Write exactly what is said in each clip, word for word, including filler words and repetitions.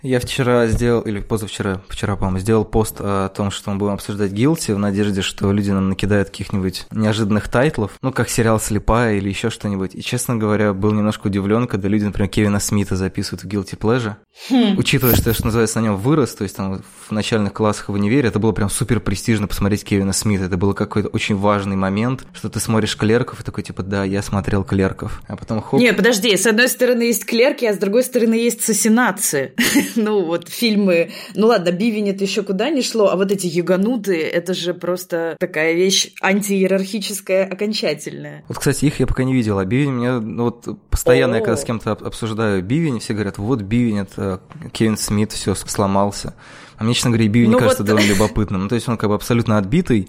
Я вчера сделал, или позавчера, вчера, по-моему, сделал пост о том, что мы будем обсуждать Guilty, в надежде, что люди нам накидают каких-нибудь неожиданных тайтлов, ну, как сериал «Слепая» или еще что-нибудь. И, честно говоря, был немножко удивлен, когда люди, например, Кевина Смита записывают в Guilty Pleasure. Хм. Учитывая, что я, что называется, на нем вырос, то есть там в начальных классах в универе, это было прям супер престижно посмотреть Кевина Смита. Это был какой-то очень важный момент, что ты смотришь «Клерков» и такой, типа, да, я смотрел «Клерков». А потом хоп. Нет, подожди, с одной стороны есть «Клерки», а с другой стороны есть «Ассасинации». Ну, вот фильмы... Ну, ладно, «Бивень» это еще куда ни шло, а вот эти «Югануты» — это же просто такая вещь антииерархическая, окончательная. Вот, кстати, их я пока не видел, а «Бивень» мне... Ну, вот постоянно я когда с кем-то обсуждаю «Бивень», все говорят, вот «Бивень» — это Кевин Смит, все сломался. А мне, честно говоря, «Бивень» ну кажется вот... довольно любопытным. Ну, то есть он как бы абсолютно отбитый,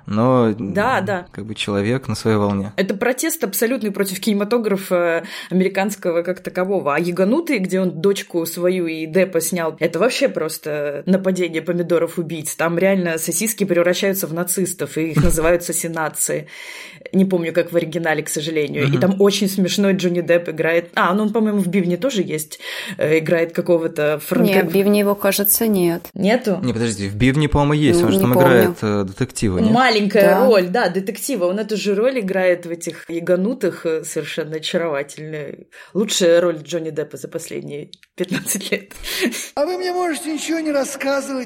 но да, да. как бы человек на своей волне. Это протест абсолютный против кинематографа американского как такового. А «Юганутые», где он дочку свою и Деппа снял, это вообще просто нападение помидоров-убийц. Там реально сосиски превращаются в нацистов, и их называют ассасинации. Не помню, как в оригинале, к сожалению. И там очень смешной Джонни Депп играет... А, ну он, по-моему, в «Бивне» тоже есть. Играет какого-то... Франко... Нет, в «Бивне» его, кажется, нет. Нету? Не, подождите, в «Бивне», по-моему, есть. Ну, он же там помню. играет э, детектива, нет? Маленькая да. роль, да, детектива. Он эту же роль играет в этих «Юганутых» совершенно очаровательная. Лучшая роль Джонни Деппа за последние пятнадцать лет. А вы мне можете ничего не рассказывать.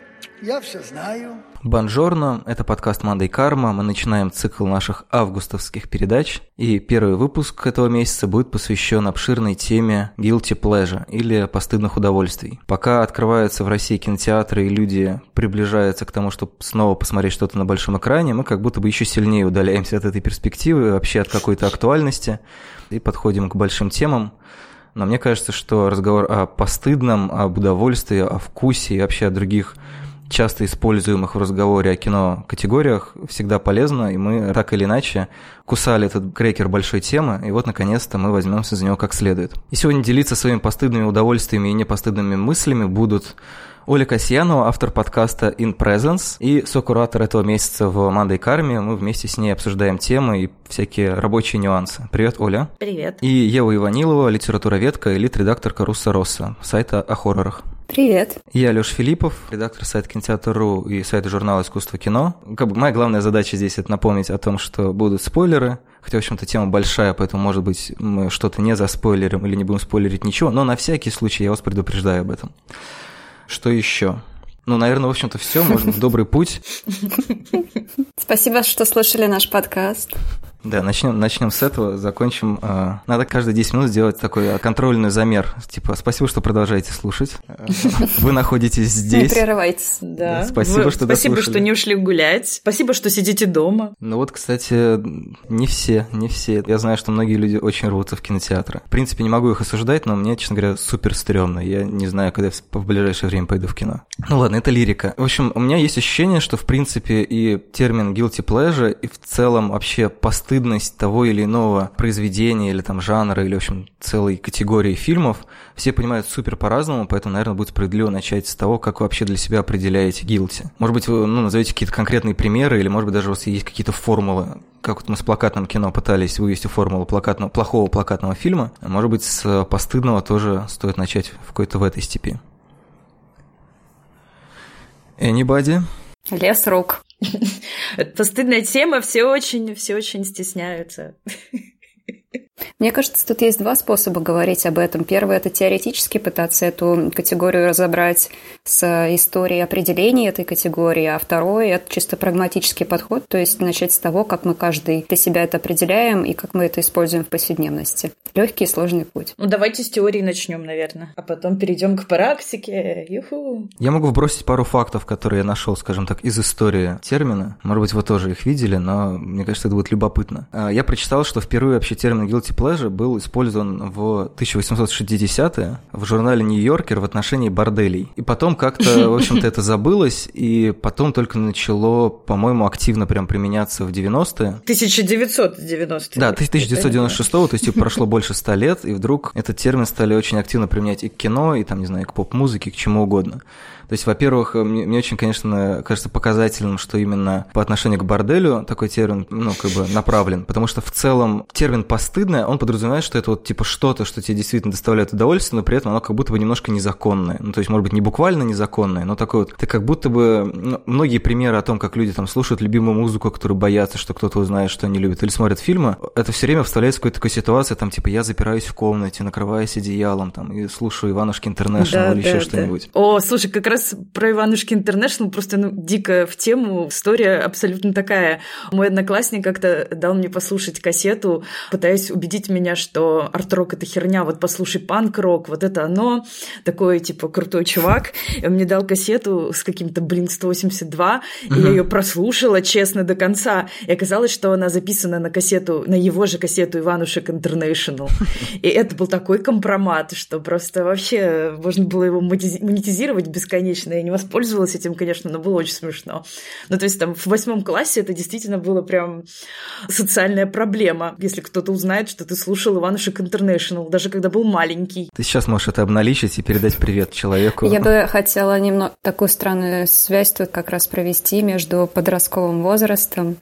Я все знаю. Бонжорно, это подкаст «Мандай Карма». Мы начинаем цикл наших августовских передач. И первый выпуск этого месяца будет посвящен обширной теме Guilty Pleasure, или постыдных удовольствий. Пока открываются в России кинотеатры и люди приближаются к тому, чтобы снова посмотреть что-то на большом экране, мы как будто бы еще сильнее удаляемся от этой перспективы, вообще от какой-то актуальности, и подходим к большим темам. Но мне кажется, что разговор о постыдном, об удовольствии, о вкусе и вообще о других часто используемых в разговоре о кино категориях всегда полезно, и мы так или иначе кусали этот крекер большой темы, и вот наконец-то мы возьмемся за него как следует. И сегодня делиться своими постыдными удовольствиями и непостыдными мыслями будут Оля Касьянова, автор подкаста In Presence, и сокуратор этого месяца в «Мандай Карме». Мы вместе с ней обсуждаем темы и всякие рабочие нюансы. Привет, Оля. Привет. И Ева Иванилова, литературоведка и лид-редакторка Руссо Россо, сайта о хоррорах. Привет. И я, Лёша Филиппов, редактор сайта Кинотеатр.ру и сайта журнала «Искусство кино». Как бы моя главная задача здесь – это напомнить о том, что будут спойлеры, хотя, в общем-то, тема большая, поэтому, может быть, мы что-то не заспойлерим или не будем спойлерить ничего, но на всякий случай я вас предупреждаю об этом. Что еще? Ну, наверное, в общем-то, все. Можно в добрый путь. Спасибо, что слушали наш подкаст. Да, начнем, начнем с этого, закончим. Надо каждые десять минут сделать такой контрольный замер. Типа, спасибо, что продолжаете слушать. Вы находитесь здесь. Не прерывайтесь. Да. Да, спасибо, Вы, что Спасибо, дослушали. что не ушли гулять. Спасибо, что сидите дома. Ну вот, кстати, не все, не все. Я знаю, что многие люди очень рвутся в кинотеатры. В принципе, не могу их осуждать, но мне, честно говоря, супер стрёмно. Я не знаю, когда я в ближайшее время пойду в кино. Ну ладно, это лирика. В общем, у меня есть ощущение, что, в принципе, и термин guilty pleasure, и в целом вообще постыдность того или иного произведения, или там жанра, или, в общем, целой категории фильмов, все понимают супер по-разному, поэтому, наверное, будет справедливо начать с того, как вы вообще для себя определяете guilty. Может быть, вы ну, назовете какие-то конкретные примеры, или, может быть, даже у вас есть какие-то формулы, как вот мы с плакатным кино пытались вывести формулу плакатного, плохого плакатного фильма, а может быть, с постыдного тоже стоит начать в какой-то в этой степи. Anybody? Лес рук. Постыдная тема, все очень, все очень стесняются. Мне кажется, тут есть два способа говорить об этом. Первый – это теоретически пытаться эту категорию разобрать с историей определения этой категории, а второй – это чисто прагматический подход, то есть начать с того, как мы каждый для себя это определяем и как мы это используем в повседневности. Легкий и сложный путь. Ну, давайте с теории начнем, наверное, а потом перейдем к практике. Юху! Я могу вбросить пару фактов, которые я нашел, скажем так, из истории термина. Может быть, вы тоже их видели, но мне кажется, это будет любопытно. Я прочитал, что впервые вообще термин guilty pleasure был использован в тысяча восемьсот шестидесятые в журнале «Нью-Йоркер» в отношении борделей. И потом как-то, в общем-то, это забылось, и потом только начало, по-моему, активно прям применяться в девяностые. тысяча девятьсот девяностые. Да, тысяча девятьсот девяносто шестого, то есть прошло больше ста лет, и вдруг этот термин стали очень активно применять и к кино, и там, не знаю, к поп-музыке, к чему угодно. То есть, во-первых, мне, мне очень, конечно, кажется показательным, что именно по отношению к борделю такой термин, ну, как бы направлен, потому что в целом термин «постыдное», он он подразумевает, что это вот типа что-то, что тебе действительно доставляет удовольствие, но при этом оно как будто бы немножко незаконное. Ну, то есть, может быть, не буквально незаконное, но такое вот, ты как будто бы, ну, многие примеры о том, как люди там слушают любимую музыку, которую боятся, что кто-то узнает, что они любят, или смотрят фильмы, это все время вставляется в какую-то такую ситуацию, там, типа, я запираюсь в комнате, накрываюсь одеялом, там, и слушаю Иванушки Интернешнл, да, или да, еще да. что-нибудь. О, слушай, как раз про Иванушки Интернешнл просто, ну, дико в тему, история абсолютно такая. Мой одноклассник как-то дал мне послушать кассету, пытаясь убедить меня, что арт-рок — это херня, вот послушай панк-рок, вот это оно, такой, типа, крутой чувак. И он мне дал кассету с каким-то Блинк сто восемьдесят два, и uh-huh. я ее прослушала, честно, до конца. И оказалось, что она записана на кассету, на его же кассету Иванушек Интернешнл. И это был такой компромат, что просто вообще можно было его монетизировать бесконечно. Я не воспользовалась этим, конечно, но было очень смешно. Ну, то есть там в восьмом классе это действительно было прям социальная проблема, если кто-то узнает, что ты слушал Иванушек Интернешнл, даже когда был маленький. Ты сейчас можешь это обналичить и передать привет человеку. Я бы хотела немного такую странную связь тут как раз провести между подростковым возрастом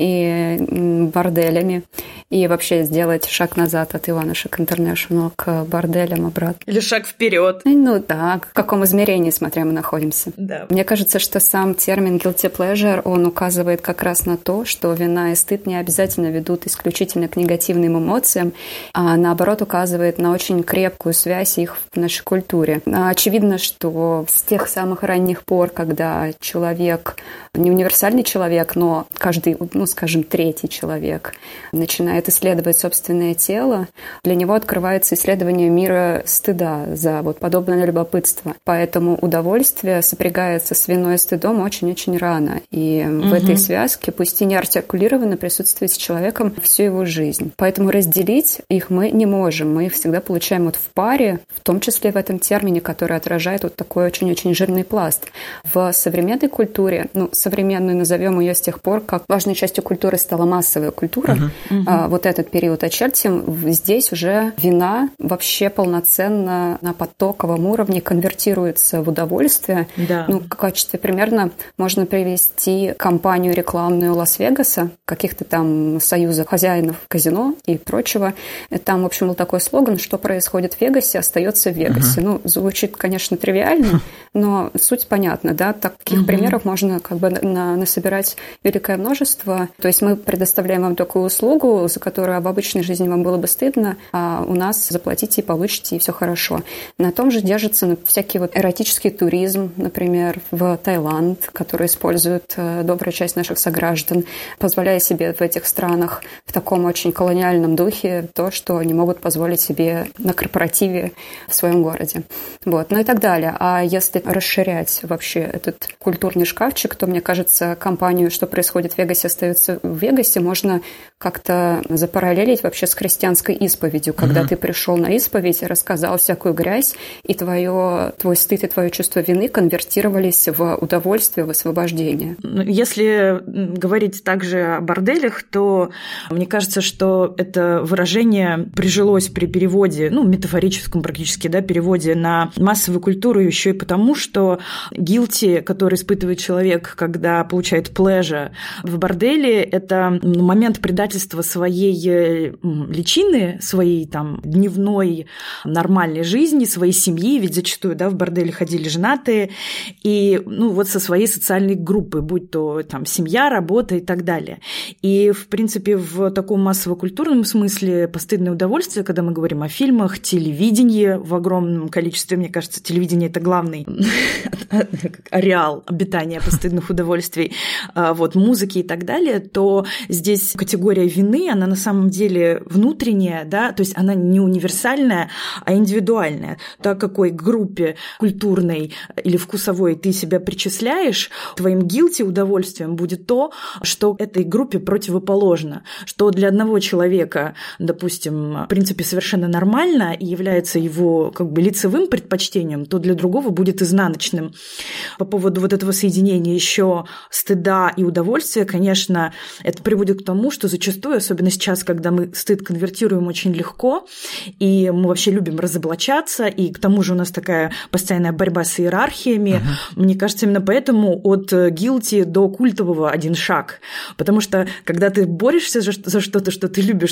и борделями, и вообще сделать шаг назад от Иванушек Интернешнл к борделям обратно. Или шаг вперед. Ну да, в каком измерении, смотря, мы находимся. Да. Мне кажется, что сам термин guilty pleasure, он указывает как раз на то, что вина и стыд не обязательно ведут исключительно к негативным эмоциям, а наоборот указывает на очень крепкую связь их в нашей культуре. Очевидно, что с тех самых ранних пор, когда человек, не универсальный человек, но каждый, ну, скажем, третий человек начинает исследовать собственное тело, для него открывается исследование мира стыда за вот подобное любопытство. Поэтому удовольствие сопрягается с виной и стыдом очень-очень рано. И угу. в этой связке, пусть и не артикулированно, присутствует с человеком всю его жизнь. Поэтому разделить их мы не можем. Мы их всегда получаем вот в паре, в том числе в этом термине, который отражает вот такой очень-очень жирный пласт. В современной культуре, ну, современную назовем ее с тех пор, как важной частью культуры стала массовая культура, uh-huh. Uh-huh. вот этот период очертим, здесь уже вина вообще полноценно на потоковом уровне конвертируется в удовольствие. Да. Ну, в качестве примерно можно привести кампанию рекламную Лас-Вегаса, каких-то там союзов хозяинов казино и прочего. Там, в общем, был такой слоган, что происходит в Вегасе, остается в Вегасе. Uh-huh. Ну, звучит, конечно, тривиально, но суть понятна, да, таких uh-huh. примеров можно как бы на, насобирать великое множество. То есть мы предоставляем вам такую услугу, за которую в обычной жизни вам было бы стыдно, а у нас заплатите и получите, и все хорошо. На том же держится всякий вот эротический туризм, например, в Таиланд, который использует добрая часть наших сограждан, позволяя себе в этих странах в таком очень колониальном духе то, что они могут позволить себе на корпоративе в своем городе. Вот, ну и так далее. А если расширять вообще этот культурный шкафчик, то, мне кажется, компанию «Что происходит в Вегасе, остается в Вегасе» можно как-то запараллелить вообще с христианской исповедью, когда mm-hmm. ты пришел на исповедь, рассказал всякую грязь, и твое, твой стыд и твое чувство вины конвертировались в удовольствие, в освобождение. Если говорить также о борделях, то мне кажется, что это выражение прижилось при переводе, ну, метафорическом практически, да, переводе на массовую культуру еще и потому, что guilty, который испытывает человек, когда получает pleasure в борделе, это момент предательства своей личины, своей там дневной нормальной жизни, своей семьи, ведь зачастую, да, в борделе ходили женатые, и, ну, вот со своей социальной группы, будь то там семья, работа и так далее. И, в принципе, в таком массово-культурном смысле постыдное удовольствие, когда мы говорим о фильмах, телевидении в огромном количестве, мне кажется, телевидение – это главный ареал обитания постыдных удовольствий, вот, музыки и так далее, то здесь категория вины, она на самом деле внутренняя, да, то есть она не универсальная, а индивидуальная. Так какой группе культурной или вкусовой ты себя причисляешь, твоим guilty удовольствием будет то, что этой группе противоположно, что для одного человека, допустим, в принципе, совершенно нормально и является его как бы лицевым предпочтением, то для другого будет изнаночным. По поводу вот этого соединения еще стыда и удовольствия, конечно, это приводит к тому, что зачастую, особенно сейчас, когда мы стыд конвертируем очень легко, и мы вообще любим разоблачаться, и к тому же у нас такая постоянная борьба с иерархиями, uh-huh. мне кажется, именно поэтому от guilty до культового один шаг. Потому что, когда ты борешься за, за что-то, что ты любишь, ну, то есть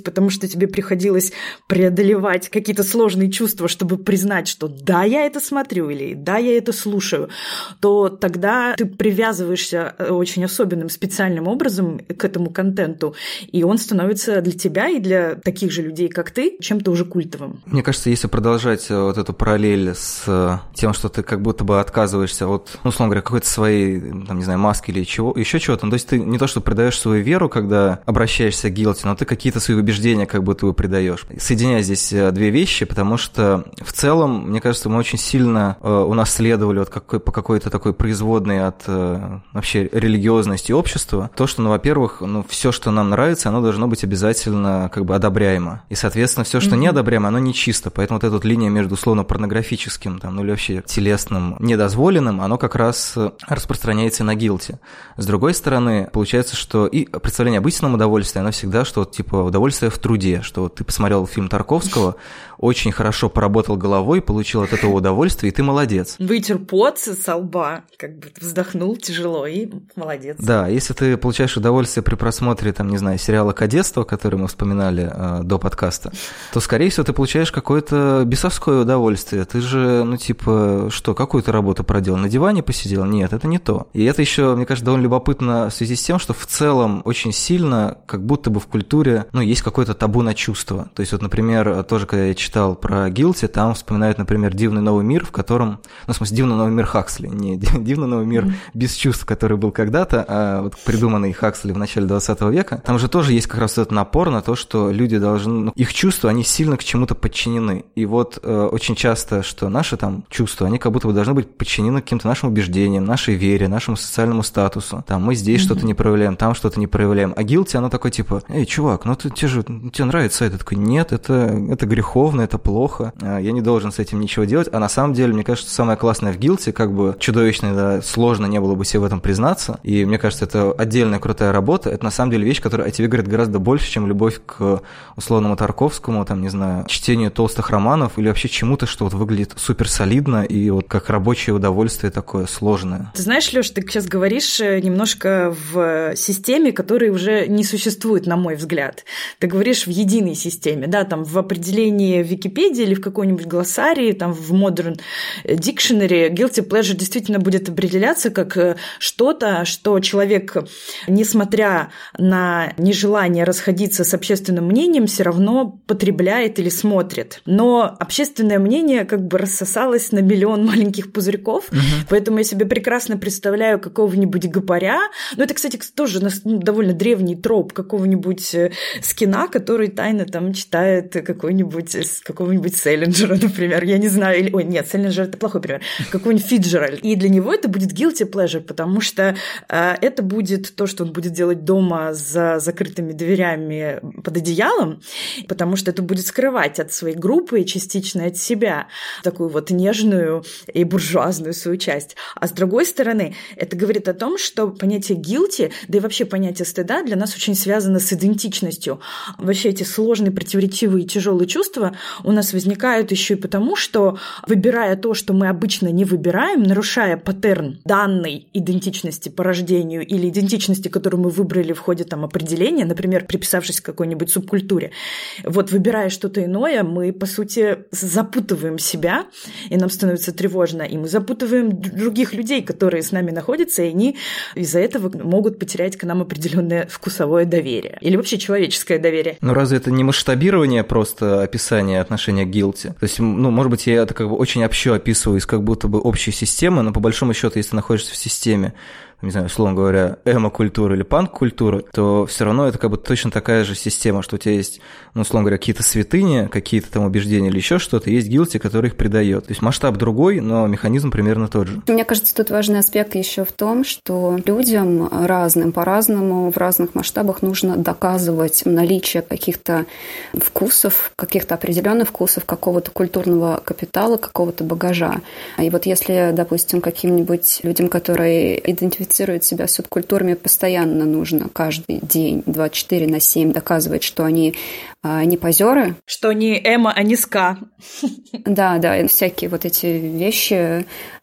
потому что тебе приходилось преодолевать какие-то сложные чувства, чтобы признать, что да, я это смотрю или да, я это слушаю, то тогда ты привязываешься очень особенным, специальным образом к этому контенту, и он становится для тебя и для таких же людей, как ты, чем-то уже культовым. Мне кажется, если продолжать вот эту параллель с тем, что ты как будто бы отказываешься от, ну, условно говоря, какой-то своей, там, не знаю, маски или чего, еще чего-то, ну, то есть ты не то, что предаешь свою веру, когда обращаешься к guilty, но ты какие-то свои убеждения как будто бы предаешь. Соединяя здесь две вещи, потому что в целом, мне кажется, мы очень сильно э, унаследовали вот какой, по какой-то такой производной от э, вообще религиозности общества, то, что, ну, во-первых, ну, все, что нам нравится, оно должно быть обязательно как бы одобряемо. И, соответственно, все, что mm-hmm. неодобряемо, оно нечисто. Поэтому вот эта вот линия между условно-порнографическим там, ну или вообще телесным недозволенным, оно как раз распространяется на guilty. С другой стороны, получается, что и представление об истинном удовольствии, оно всегда, что типа удовольствие в труде, что вот ты посмотрел фильм Тарковского, очень хорошо поработал головой, получил от этого удовольствие, и ты молодец. Вытер пот со лба, как бы вздохнул тяжело, и молодец. Да, если ты получаешь удовольствие при просмотре, там, не знаю, сериала «Кадетство», который мы вспоминали э, до подкаста, то, скорее всего, ты получаешь какое-то бесовское удовольствие. Ты же, ну, типа, что, какую ты работу проделал? На диване посидел? Нет, это не то. И это еще, мне кажется, довольно любопытно в связи с тем, что в целом очень сильно, как будто бы в культуре, ну, есть какое-то табу на чувства. То есть, вот, например, тоже, когда я читал про guilty, там вспоминают, например, «Дивный новый мир», в котором, ну, в смысле, «Дивный новый мир» Хаксли, не «Дивный новый мир» mm-hmm. без чувств, который был когда-то, а вот придуманный Хаксли в начале двадцатого века. Там же тоже есть как раз этот напор на то, что люди должны, ну, их чувства, они сильно к чему-то подчинены. И вот э, очень часто, что наши там чувства, они как будто бы должны быть подчинены каким-то нашим убеждениям, нашей вере, нашему социальному статусу. Там мы здесь mm-hmm. что-то не проявляем, там что-то не проявляем. А guilty, оно такое типа: эй, чувак, ну ты, тебе же тебе нравится это. Такой: нет, это, это греховно, это плохо, я не должен с этим ничего делать. А на самом деле, мне кажется, самое классное в guilty, как бы чудовищно, да, сложно не было бы себе в этом признаться. И мне кажется, это отдельная крутая работа. Это на самом деле вещь, которая о тебе говорит гораздо больше, чем любовь к условному Тарковскому, там, не знаю, чтению толстых романов или вообще чему-то, что вот выглядит супер солидно и вот как рабочее удовольствие такое сложное. Ты знаешь, Лёш, ты сейчас говоришь немножко в системе, которая уже не существует, на мой взгляд. Ты говоришь в единой системе, да, там в определении в Википедии или в какой-нибудь глоссарии, там в Modern Dictionary guilty pleasure действительно будет определяться как что-то, что человек, несмотря на нежелание расходиться с общественным мнением, все равно потребляет или смотрит. Но общественное мнение как бы рассосалось на миллион маленьких пузырьков, угу. Поэтому я себе прекрасно представляю какого-нибудь гопаря. Ну, это, кстати, тоже довольно древний троп какого-нибудь скина, который тайно там читает какой-нибудь, какого-нибудь Селлинджера, например, я не знаю, или... Ой, нет, Селлинджер – это плохой пример. Какой-нибудь Фиджеральд. И для него это будет guilty pleasure, потому что э, это будет то, что он будет делать дома за закрытыми дверями под одеялом, потому что это будет скрывать от своей группы и частично от себя такую вот нежную и буржуазную свою часть. А с другой стороны, это говорит о том, что понятие guilty, да и вообще понятие стыда для нас очень связано с идентичностью. Вообще эти сложные, противоречивые и тяжелые чувства у нас возникают еще и потому, что, выбирая то, что мы обычно не выбираем, нарушая паттерн данной идентичности по рождению или идентичности, которую мы выбрали в ходе там, определения, например, приписавшись к какой-нибудь субкультуре, вот выбирая что-то иное, мы, по сути, запутываем себя, и нам становится тревожно, и мы запутываем других людей, которые с нами находятся, и они из-за этого могут потерять к нам определенное вкусовое доверие. Или вообще человеческое доверие. Ну разве это не масштабирование просто описания отношения к guilty? То есть, ну, может быть, я это как бы очень общо описываю из как будто бы общей системы, но по большому счету, если ты находишься в системе, не знаю, условно говоря, эмо-культура или панк-культура, то все равно это как бы точно такая же система, что у тебя есть, ну, условно говоря, какие-то святыни, какие-то там убеждения или еще что-то, есть guilty, который их придает. То есть масштаб другой, но механизм примерно тот же. Мне кажется, тут важный аспект еще в том, что людям разным, по-разному, в разных масштабах нужно доказывать наличие каких-то вкусов, каких-то определенных вкусов, какого-то культурного капитала, какого-то багажа. И вот если, допустим, каким-нибудь людям, которые идентифицируют себя субкультурами, постоянно нужно каждый день двадцать четыре на семь доказывать, что они а, не позеры. Что они эмо, а не ска. Да, да, всякие вот эти вещи.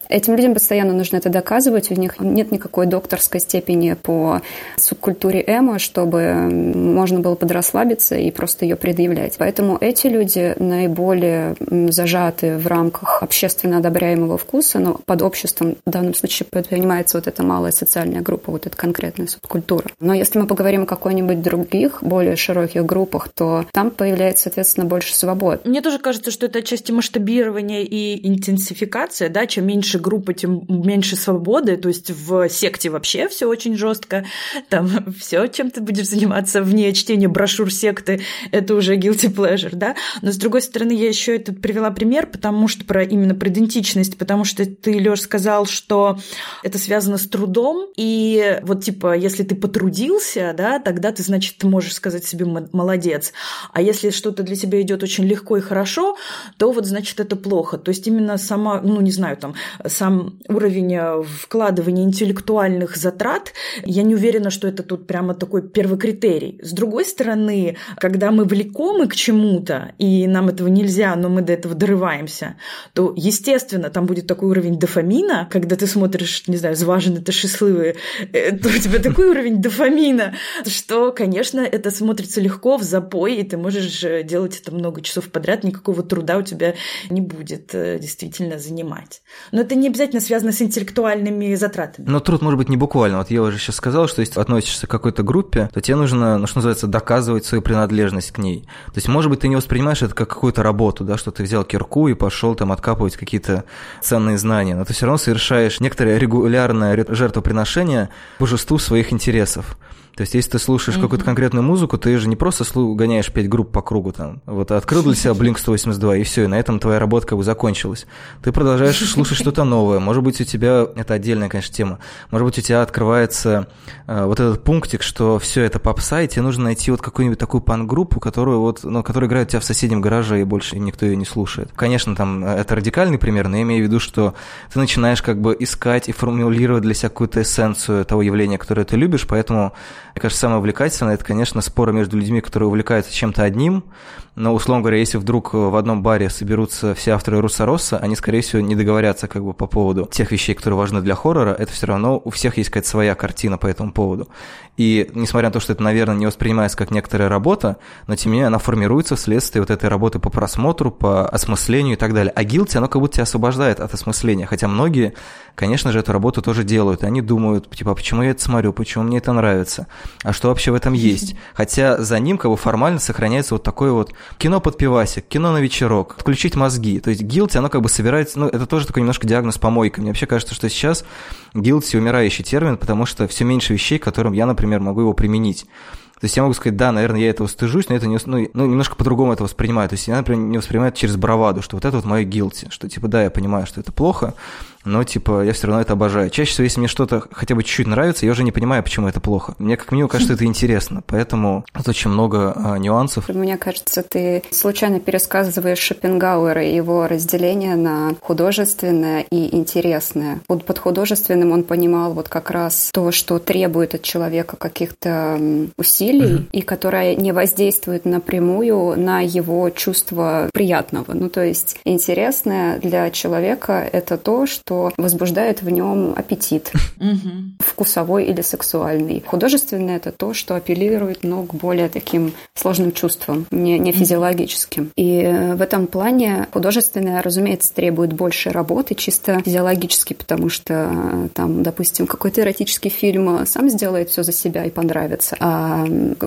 Этим людям постоянно нужно это доказывать, у них нет никакой докторской степени по субкультуре эмо, чтобы можно было подрасслабиться и просто ее предъявлять. Поэтому эти люди наиболее зажаты в рамках общественно одобряемого вкуса, но под обществом в данном случае понимается вот эта малая социальная группа, вот эта конкретная субкультура. Но если мы поговорим о какой-нибудь других, более широких группах, то там появляется, соответственно, больше свобод. Мне тоже кажется, что это отчасти масштабирование и интенсификация, да, чем меньше группы, тем меньше свободы, то есть в секте вообще все очень жестко, там все, чем ты будешь заниматься вне чтения брошюр секты, это уже guilty pleasure, да, но с другой стороны, я еще это привела пример, потому что про именно про идентичность, потому что ты, Лёш, сказал, что это связано с трудом, и вот типа, если ты потрудился, да, тогда ты, значит, ты можешь сказать себе молодец, а если что-то для тебя идет очень легко и хорошо, то вот, значит, это плохо, то есть именно сама, ну, не знаю, там, сам уровень вкладывания интеллектуальных затрат, я не уверена, что это тут прямо такой первый критерий. С другой стороны, когда мы влекомы к чему-то, и нам этого нельзя, но мы до этого дорываемся, то, естественно, там будет такой уровень дофамина, когда ты смотришь, не знаю, «Зважены та счастливые», то у тебя такой уровень дофамина, что, конечно, это смотрится легко в запой, и ты можешь делать это много часов подряд, никакого труда у тебя не будет действительно занимать. Но это не обязательно связано с интеллектуальными затратами. Но труд может быть не буквально. Вот я уже сейчас сказал, что если относишься к какой-то группе, то тебе нужно, ну, что называется, доказывать свою принадлежность к ней. То есть, может быть, ты не воспринимаешь это как какую-то работу, да, что ты взял кирку и пошел там откапывать какие-то ценные знания, но ты все равно совершаешь некоторое регулярное жертвоприношение божеству своих интересов. То есть, если ты слушаешь mm-hmm. какую-то конкретную музыку, ты же не просто слу- гоняешь пять групп по кругу там. Вот открыл для себя блинк сто восемьдесят два, и все, и на этом твоя работа как бы закончилась. Ты продолжаешь слушать что-то новое. Может быть, у тебя, это отдельная, конечно, тема, может быть, у тебя открывается э, вот этот пунктик, что все это попса, и тебе нужно найти вот какую-нибудь такую панк-группу, которую вот, ну, которая играет у тебя в соседнем гараже, и больше никто ее не слушает. Конечно, там это радикальный пример, но я имею в виду, что ты начинаешь как бы искать и формулировать для себя какую-то эссенцию того явления, которое ты любишь, поэтому мне кажется, самое увлекательное – это, конечно, споры между людьми, которые увлекаются чем-то одним, но, условно говоря, если вдруг в одном баре соберутся все авторы Руссо-Россо, они, скорее всего, не договорятся как бы по поводу тех вещей, которые важны для хоррора, это все равно у всех есть какая-то своя картина по этому поводу. И несмотря на то, что это, наверное, не воспринимается как некоторая работа, но, тем не менее, она формируется вследствие вот этой работы по просмотру, по осмыслению и так далее. А guilty, оно как будто тебя освобождает от осмысления, хотя многие, конечно же, эту работу тоже делают, и они думают, типа, почему я это смотрю, почему мне это нравится, а что вообще в этом есть. Хотя за ним как бы формально сохраняется вот такое вот кино под пивасик, кино на вечерок, отключить мозги. То есть guilty, оно как бы собирается, ну, это тоже такой немножко диагноз помойка. Мне вообще кажется, что сейчас guilty умирающий термин, потому что все меньше вещей, к которым я, например, могу его применить. То есть я могу сказать, да, наверное, я этого стыжусь, но это не, ну, ну, немножко по-другому это воспринимаю. То есть я, например, не воспринимаю это через браваду, что вот это вот мое guilty, что типа да, я понимаю, что это плохо, но типа я все равно это обожаю. Чаще всего, если мне что-то хотя бы чуть-чуть нравится, я уже не понимаю, почему это плохо. Мне как минимум кажется, это интересно, поэтому тут очень много а, нюансов. Мне кажется, ты случайно пересказываешь Шопенгауэра и его разделение на художественное и интересное. Вот под художественным он понимал вот как раз то, что требует от человека каких-то усилий, Mm-hmm. и которая не воздействует напрямую на его чувство приятного. Ну, то есть интересное для человека – это то, что возбуждает в нем аппетит, mm-hmm. вкусовой или сексуальный. Художественное – это то, что апеллирует, ну, к более таким сложным чувствам, не, не физиологическим. И в этом плане художественное, разумеется, требует больше работы, чисто физиологически, потому что там, допустим, какой-то эротический фильм сам сделает все за себя и понравится, а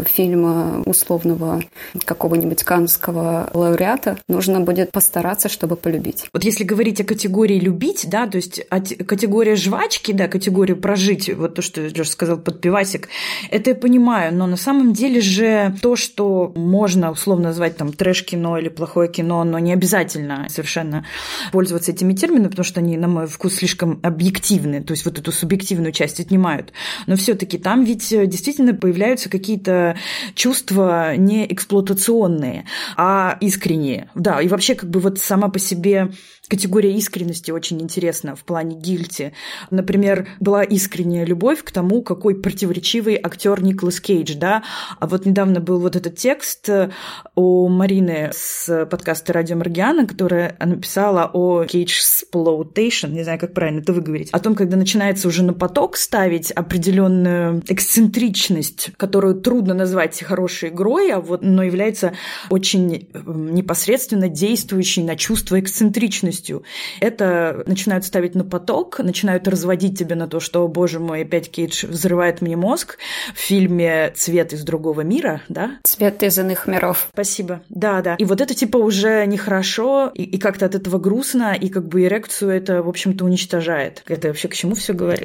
фильма условного какого-нибудь каннского лауреата нужно будет постараться, чтобы полюбить. Вот если говорить о категории «любить», да, то есть категория жвачки, да, категорию «прожить», вот то, что Лёша сказал под пивасик, это я понимаю, но на самом деле же то, что можно условно назвать там трэш-кино или плохое кино, но не обязательно совершенно пользоваться этими терминами, потому что они, на мой вкус, слишком объективны, то есть вот эту субъективную часть отнимают. Но все-таки там ведь действительно появляются какие-то чувства не эксплуатационные, а искренние. Да, и вообще как бы вот сама по себе Категория искренности очень интересна в плане guilty. Например, была искренняя любовь к тому, какой противоречивый актер Николас Кейдж, да. А вот недавно был вот этот текст у Марины с подкаста «Радио Маргиана», которая написала о Кейдж-сплоутейшн, не знаю, как правильно это выговорить, о том, когда начинается уже на поток ставить определенную эксцентричность, которую трудно назвать хорошей игрой, а вот, но является очень непосредственно действующей на чувство эксцентричностью. Это начинают ставить на поток, начинают разводить тебя на то, что, боже мой, опять Кейдж взрывает мне мозг в фильме «Цвет из другого мира», да? «Цвет из иных миров». Спасибо. Да, да. И вот это типа уже нехорошо, и, и как-то от этого грустно, и как бы эрекцию это, в общем-то, уничтожает. Это вообще к чему все говорю?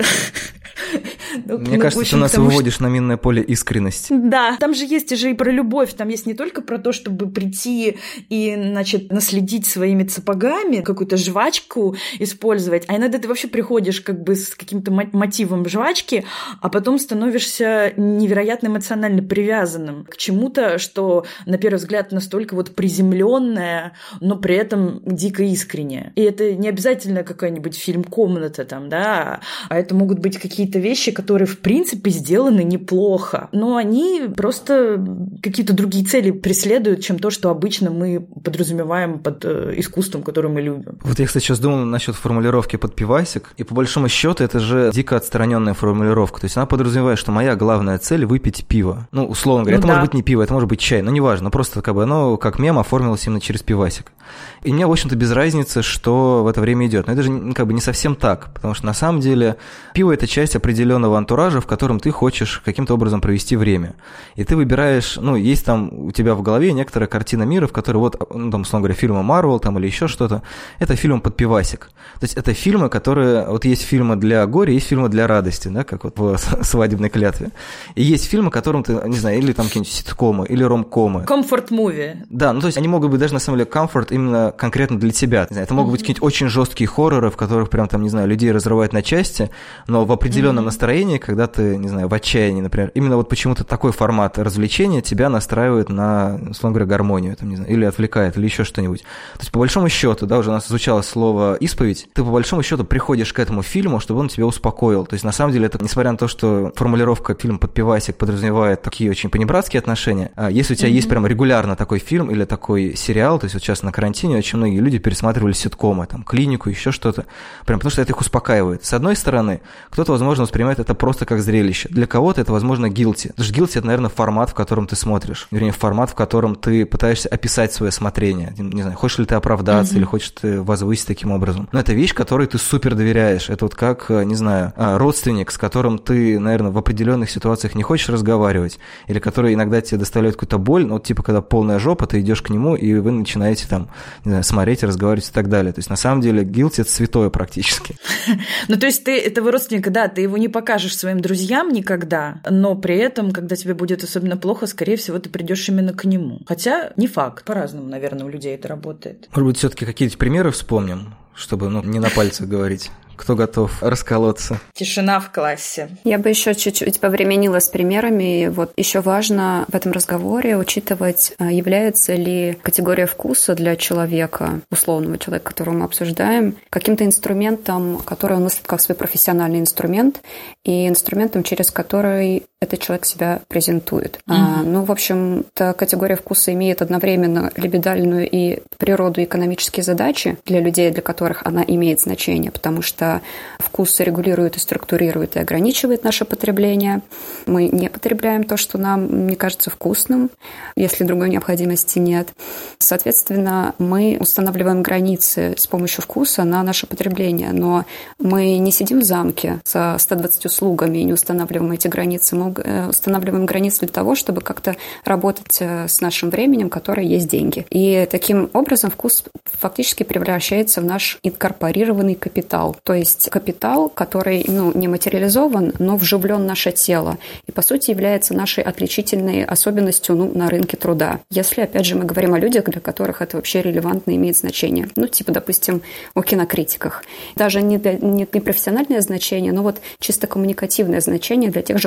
Мне кажется, ты нас выводишь на минное поле искренности. Да, там же есть же и про любовь, там есть не только про то, чтобы прийти и, значит, наследить своими сапогами, какую-то жвачку использовать, а иногда ты вообще приходишь как бы с каким-то мотивом жвачки, а потом становишься невероятно эмоционально привязанным к чему-то, что, на первый взгляд, настолько вот приземленное, но при этом дико искреннее. И это не обязательно какой-нибудь фильм «Комната» там, да, а это могут быть какие-то вещи, которые, в принципе, сделаны неплохо, но они просто какие-то другие цели преследуют, чем то, что обычно мы подразумеваем под искусством, которое мы любим. Вот я, кстати, сейчас думал насчет формулировки «под пивасик», и по большому счету это же дико отстраненная формулировка, то есть она подразумевает, что моя главная цель — выпить пиво. Ну, условно говоря, ну, это да. может быть не пиво, это может быть чай, но неважно, просто как бы оно как мем оформилось именно через пивасик. И мне, в общем-то, без разницы, что в это время идет. Но это же как бы не совсем так, потому что на самом деле пиво — это часть определенного антуража, в котором ты хочешь каким-то образом провести время. И ты выбираешь, ну, есть там у тебя в голове некоторая картина мира, в которой вот, ну, там, условно говоря, фильмы Марвел там или еще что-то, это фильм под пивасик. То есть это фильмы, которые, вот есть фильмы для горя, есть фильмы для радости, да, как вот в «Свадебной клятве». И есть фильмы, которым ты, не знаю, или там какие-нибудь ситкомы, или ромкомы. Комфорт-муви. Да, ну то есть они могут быть даже на самом деле комфорт именно конкретно для тебя. Не знаю, это могут быть какие-нибудь очень жесткие хорроры, в которых прям там, не знаю, людей разрывают на части, но в определенном mm-hmm. настроении, когда ты, не знаю, в отчаянии, например, именно вот почему-то такой формат развлечения тебя настраивает на, условно говоря, гармонию, там, не знаю, или отвлекает, или еще что-нибудь. То есть по большому счету, да, уже у нас звучало слово «исповедь», ты по большому счету приходишь к этому фильму, чтобы он тебя успокоил. То есть на самом деле это, несмотря на то, что формулировка «фильм под пивасик» подразумевает такие очень понебратские отношения, если у тебя mm-hmm. есть прям регулярно такой фильм или такой сериал, то есть вот сейчас на карантине очень многие люди пересматривали ситкомы, там, «Клинику», еще что-то, прям потому что это их успокаивает. С одной стороны, кто-то, возможно, воспринимает это просто как зрелище. Для кого-то это, возможно, guilty. Потому что guilty – это, наверное, формат, в котором ты смотришь. Вернее, формат, в котором ты пытаешься описать свое смотрение. Не знаю, хочешь ли ты оправдаться mm-hmm. или хочешь ты возвысить таким образом. Но это вещь, которой ты супер доверяешь. Это вот как, не знаю, родственник, с которым ты, наверное, в определенных ситуациях не хочешь разговаривать, или который иногда тебе доставляет какую-то боль, ну, вот, типа, когда полная жопа, ты идешь к нему, и вы начинаете там, не знаю, смотреть, разговаривать и так далее. То есть, на самом деле, guilty – это святое практически. Ну, то есть, ты этого родственника, да, ты его не покажешь своим друзьям никогда, но при этом, когда тебе будет особенно плохо, скорее всего, ты придешь именно к нему. Хотя не факт. По-разному, наверное, у людей это работает. Может быть, все-таки какие-то примеры вспомним, чтобы, ну, не на пальцах говорить. Кто готов расколоться? Тишина в классе. Я бы еще чуть-чуть повременила с примерами. Вот еще важно в этом разговоре учитывать, является ли категория вкуса для человека, условного человека, которого мы обсуждаем, каким-то инструментом, который он мыслит как свой профессиональный инструмент, и инструментом, через который этот человек себя презентует. Mm-hmm. А, ну, в общем-то, категория вкуса имеет одновременно либидальную и природу экономические задачи для людей, для которых она имеет значение, потому что вкус регулирует и структурирует и ограничивает наше потребление. Мы не потребляем то, что нам не кажется вкусным, если другой необходимости нет. Соответственно, мы устанавливаем границы с помощью вкуса на наше потребление, но мы не сидим в замке со ста двадцатью слугами и не устанавливаем эти границы. Мы устанавливаем границы для того, чтобы как-то работать с нашим временем, которое есть деньги. И таким образом вкус фактически превращается в наш инкорпорированный капитал. То есть капитал, который, ну, не материализован, но вживлен в наше тело. И, по сути, является нашей отличительной особенностью, ну, на рынке труда. Если, опять же, мы говорим о людях, для которых это вообще релевантно имеет значение. Ну, типа, допустим, о кинокритиках. Даже не, для, не, не профессиональное значение, но вот чисто коммуникативное значение для тех же фанатов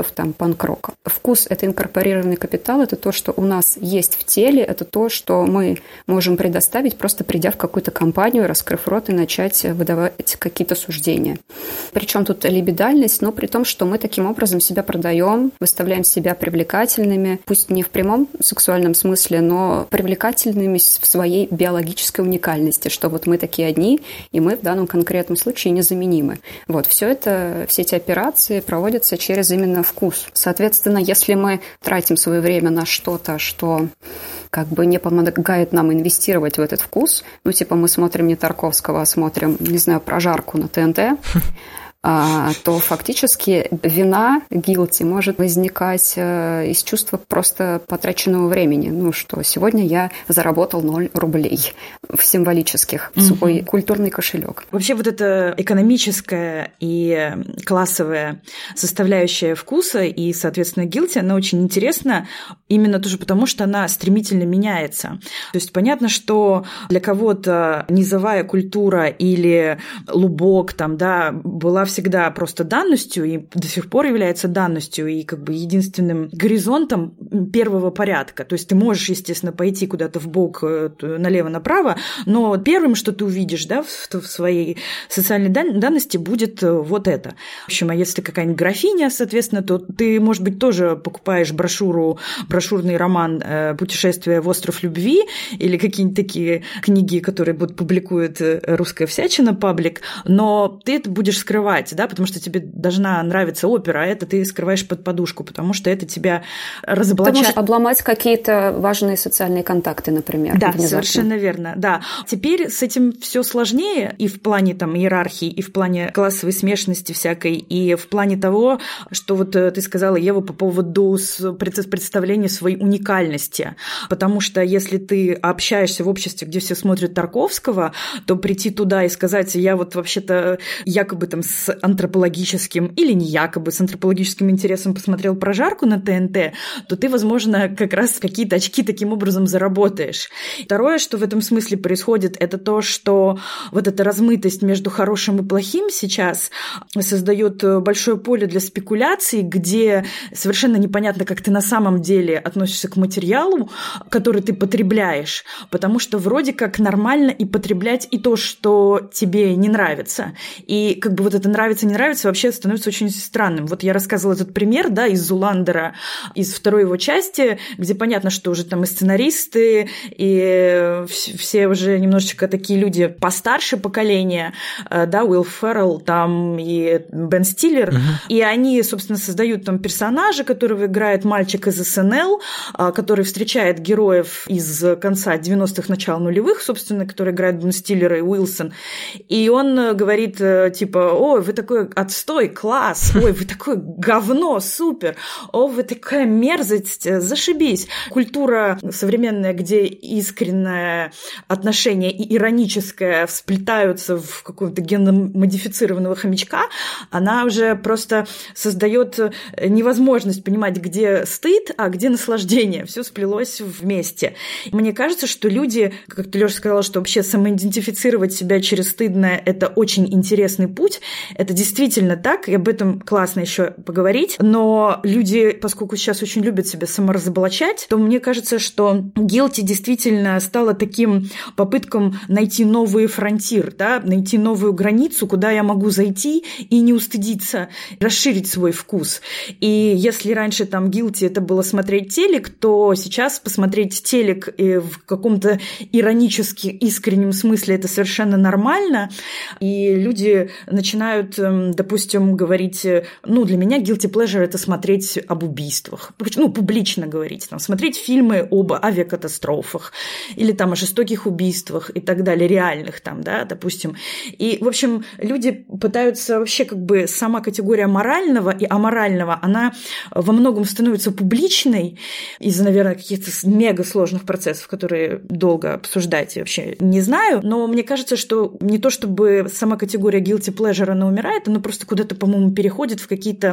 хитов там панк-рока. Вкус – это инкорпорированный капитал, это то, что у нас есть в теле, это то, что мы можем предоставить, просто придя в какую-то компанию, раскрыв рот и начать выдавать какие-то суждения. Причем тут либидальность, но при том, что мы таким образом себя продаем, выставляем себя привлекательными, пусть не в прямом сексуальном смысле, но привлекательными в своей биологической уникальности, что вот мы такие одни, и мы в данном конкретном случае незаменимы. Вот, все это, все эти операции проводятся через именно вкус. Соответственно, если мы тратим свое время на что-то, что как бы не помогает нам инвестировать в этот вкус, ну, типа мы смотрим не Тарковского, а смотрим, не знаю, прожарку на ТНТ, а, то фактически вина, guilty, может возникать а, из чувства просто потраченного времени. Ну, что сегодня я заработал ноль рублей в символических, в свой mm-hmm. культурный кошелек. Вообще вот эта экономическая и классовая составляющая вкуса и, соответственно, guilty, она очень интересна именно тоже потому, что она стремительно меняется. То есть понятно, что для кого-то низовая культура или лубок там, да, была всегда просто данностью и до сих пор является данностью и как бы единственным горизонтом первого порядка. То есть ты можешь, естественно, пойти куда-то в бок налево-направо, но первым, что ты увидишь, да, в, в своей социальной данности, будет вот это. В общем, а если какая-нибудь графиня, соответственно, то ты, может быть, тоже покупаешь брошюру, брошюрный роман «Путешествие в остров любви» или какие-нибудь такие книги, которые будут публикует «Русская всячина» паблик, но ты это будешь скрывать, да, потому что тебе должна нравиться опера, а это ты скрываешь под подушку, потому что это тебя разоблачает. Ты можешь обломать какие-то важные социальные контакты, например. Да, внезапно. Совершенно верно, да. Теперь с этим все сложнее и в плане там иерархии, и в плане классовой смешанности всякой, и в плане того, что вот ты сказала, Ева, по поводу представления своей уникальности, потому что если ты общаешься в обществе, где все смотрят Тарковского, то прийти туда и сказать, я вот вообще-то якобы там с антропологическим, или не якобы, с антропологическим интересом посмотрел прожарку на ТНТ, то ты, возможно, как раз какие-то очки таким образом заработаешь. Второе, что в этом смысле происходит, это то, что вот эта размытость между хорошим и плохим сейчас создает большое поле для спекуляций, где совершенно непонятно, как ты на самом деле относишься к материалу, который ты потребляешь, потому что вроде как нормально и потреблять и то, что тебе не нравится. И как бы вот это нравится, не нравится, вообще становится очень странным. Вот я рассказывала этот пример, да, из Зуландера, из второй его части, где понятно, что уже там и сценаристы, и все уже немножечко такие люди постарше поколения, да, Уилл Феррелл там и Бен Стиллер, uh-huh. и они, собственно, создают там персонажа, которого играет мальчик из эс эн эл, который встречает героев из конца девяностых, начала нулевых, собственно, который играет Бен Стиллер и Уилсон, и он говорит, типа, ой, вы такой отстой, класс, ой, вы такое говно, супер, о, вы такая мерзость, зашибись. Культура современная, где искреннее отношение и ироническое всплетаются в какого-то генно-модифицированного хомячка, она уже просто создает невозможность понимать, где стыд, а где наслаждение. Все сплелось вместе. Мне кажется, что люди, как ты, Лёша, сказала, что вообще самоидентифицировать себя через стыдное – это очень интересный путь. Это действительно так, и об этом классно еще поговорить. Но люди, поскольку сейчас очень любят себя саморазоблачать, то мне кажется, что guilty действительно стало таким попытком найти новый фронтир, да, найти новую границу, куда я могу зайти и не устыдиться, расширить свой вкус. И если раньше там guilty это было смотреть телек, то сейчас посмотреть телек в каком-то иронически искреннем смысле это совершенно нормально. И люди начинают, допустим, говорить, ну, для меня guilty pleasure – это смотреть об убийствах, ну, публично говорить, там, смотреть фильмы об авиакатастрофах или там о жестоких убийствах и так далее, реальных там, да, допустим. И, в общем, люди пытаются вообще как бы сама категория морального и аморального, она во многом становится публичной из-за, наверное, каких-то мега сложных процессов, которые долго обсуждать я вообще не знаю, но мне кажется, что не то чтобы сама категория guilty pleasure, она умирает, оно просто куда-то, по-моему, переходит в какие-то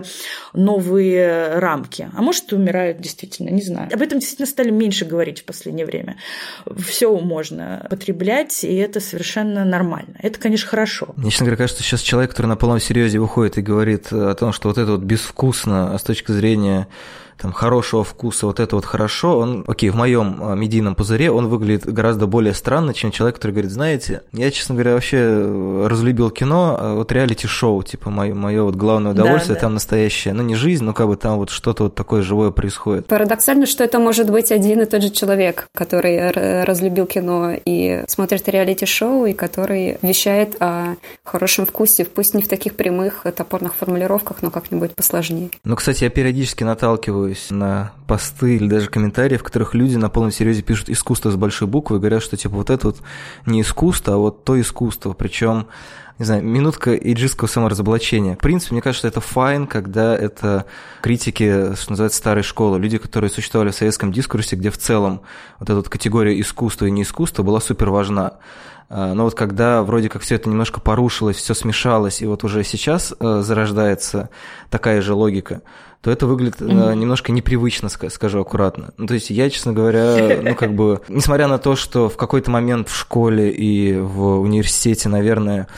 новые рамки. А может, и умирает действительно, не знаю. Об этом действительно стали меньше говорить в последнее время. Все можно потреблять, и это совершенно нормально. Это, конечно, хорошо. Мне, честно говоря, кажется, сейчас человек, который на полном серьезе выходит и говорит о том, что вот это вот безвкусно, а с точки зрения там, хорошего вкуса, вот это вот хорошо, он, окей, в моем медийном пузыре он выглядит гораздо более странно, чем человек, который говорит, знаете, я, честно говоря, вообще разлюбил кино, вот реалити-шоу, типа, мое, мое вот главное удовольствие, да, там да. настоящее, ну, не жизнь, но как бы там вот что-то вот такое живое происходит. Парадоксально, что это может быть один и тот же человек, который разлюбил кино и смотрит реалити-шоу, и который вещает о хорошем вкусе, пусть не в таких прямых, топорных формулировках, но как-нибудь посложнее. Ну, кстати, я периодически наталкиваюсь на посты или даже комментарии, в которых люди на полном серьезе пишут «искусство» с большой буквы и говорят, что типа вот это вот не искусство, а вот то искусство. Причем, не знаю, минутка эйджистского саморазоблачения. В принципе, мне кажется, что это файн, когда это критики, что называется, старой школы, люди, которые существовали в советском дискурсе, где в целом вот эта вот категория искусства и неискусства была супер важна. Но вот когда вроде как все это немножко порушилось, все смешалось, и вот уже сейчас зарождается такая же логика, то это выглядит mm-hmm. немножко непривычно, скажу аккуратно. Ну, то есть я, честно говоря, ну, как бы, несмотря на то, что в какой-то момент в школе и в университете, наверное,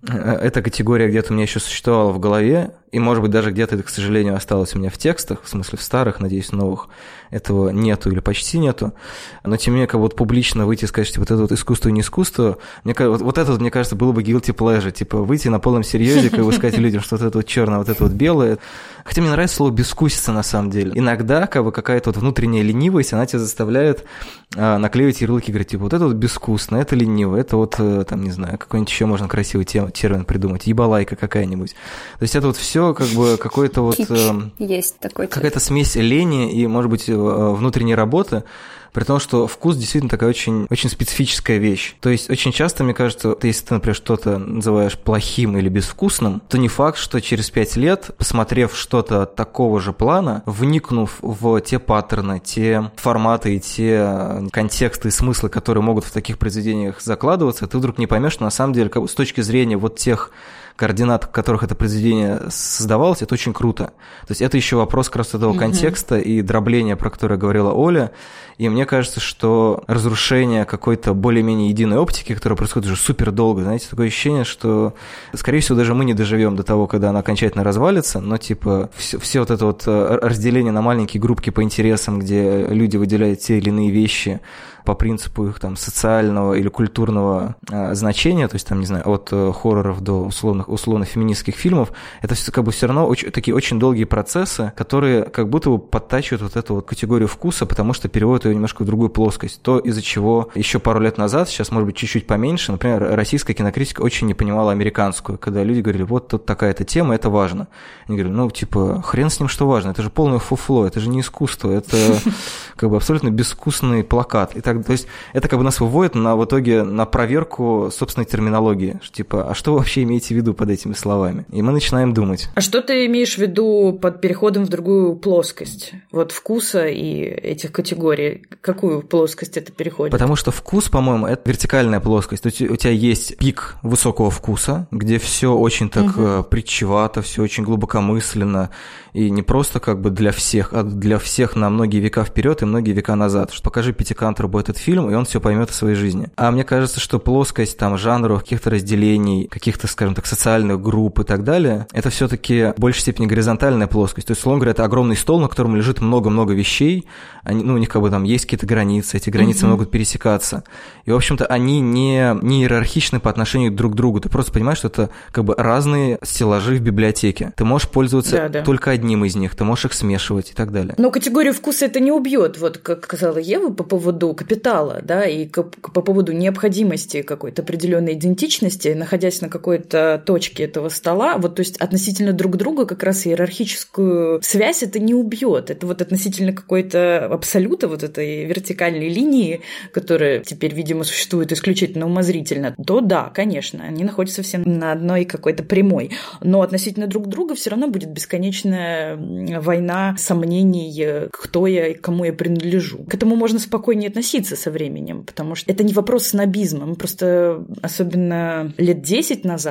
эта категория где-то у меня еще существовала в голове, и, может быть, даже где-то это, к сожалению, осталось у меня в текстах, в смысле в старых, надеюсь, новых, этого нету или почти нету, но тем не менее, как бы вот публично выйти и сказать, что вот это вот искусство и не искусство, мне, вот, вот это, вот, мне кажется, было бы guilty pleasure, типа выйти на полном серьезе, как бы сказать людям, что вот это вот черное, вот это вот белое. Хотя мне нравится слово «безвкусица» на самом деле. Иногда как бы какая-то вот внутренняя ленивость, она тебя заставляет а, наклеивать ярлыки, говорить, типа, вот это вот безвкусно, это лениво, это вот, там, не знаю, какой-нибудь еще можно красивый термин придумать, ебалайка какая-нибудь. То есть это вот все как бы какой-то вот... Есть такой. Какая-то смесь лени и, может быть, внутренней работы, при том, что вкус действительно такая очень, очень специфическая вещь. То есть очень часто, мне кажется, если ты, например, что-то называешь плохим или безвкусным, то не факт, что через пять лет, посмотрев что-то такого же плана, вникнув в те паттерны, те форматы и те контексты и смыслы, которые могут в таких произведениях закладываться, ты вдруг не поймешь, что на самом деле как бы, с точки зрения вот тех координат, в которых это произведение создавалось, это очень круто. То есть это еще вопрос как раз этого mm-hmm. контекста и дробления, про которое говорила Оля. И мне кажется, что разрушение какой-то более-менее единой оптики, которая происходит уже супер долго, знаете, такое ощущение, что, скорее всего, даже мы не доживем до того, когда она окончательно развалится, но типа все, все вот это вот разделение на маленькие группки по интересам, где люди выделяют те или иные вещи по принципу их там социального или культурного а, значения, то есть там, не знаю, от а, хорроров до условных, условно-феминистских фильмов, это все как бы все равно очень, такие очень долгие процессы, которые как будто бы подтачивают вот эту вот категорию вкуса, потому что переводят ее немножко в другую плоскость. То, из-за чего еще пару лет назад, сейчас, может быть, чуть-чуть поменьше, например, российская кинокритика очень не понимала американскую, когда люди говорили, вот тут такая-то тема, это важно. Они говорили, ну, типа, хрен с ним, что важно, это же полное фуфло, это же не искусство, это как бы абсолютно безвкусный плакат. И так, то есть это как бы нас выводит на, в итоге на проверку собственной терминологии, что, типа, а что вы вообще имеете в виду под этими словами? И мы начинаем думать. А что ты имеешь в виду под переходом в другую плоскость? Вот вкуса и этих категорий. Какую плоскость это переходит? Потому что вкус, по-моему, это вертикальная плоскость. То есть у тебя есть пик высокого вкуса, где все очень так угу. притчевато, все очень глубокомысленно, и не просто как бы для всех, а для всех на многие века вперед и многие века назад. Что покажи Пятикантропу этот фильм, и он все поймет о своей жизни. А мне кажется, что плоскость там жанров, каких-то разделений, каких-то, скажем так, социальных групп и так далее, это все-таки в большей степени горизонтальная плоскость. То есть, условно говоря, это огромный стол, на котором лежит много-много вещей. Они, ну, у них как бы там есть какие-то границы, эти границы mm-hmm. могут пересекаться. И, в общем-то, они не, не иерархичны по отношению друг к другу. Ты просто понимаешь, что это как бы разные стеллажи в библиотеке. Ты можешь пользоваться да, да. только одним из них, ты можешь их смешивать и так далее. Но категорию вкуса это не убьет, вот как сказала Ева по поводу капитала, да, и по поводу необходимости какой-то определенной идентичности, находясь на какой-то точке этого стола, вот, то есть относительно друг друга как раз иерархическую связь это не убьет. Это вот относительно какой-то абсолюта, вот этой вертикальной линии, которая теперь, видимо, существует исключительно умозрительно, то да, конечно, они находятся все на одной какой-то прямой. Но относительно друг друга все равно будет бесконечная война сомнений, кто я и кому я принадлежу. К этому можно спокойнее относиться со временем, потому что это не вопрос снобизма. Мы просто, особенно лет десять назад,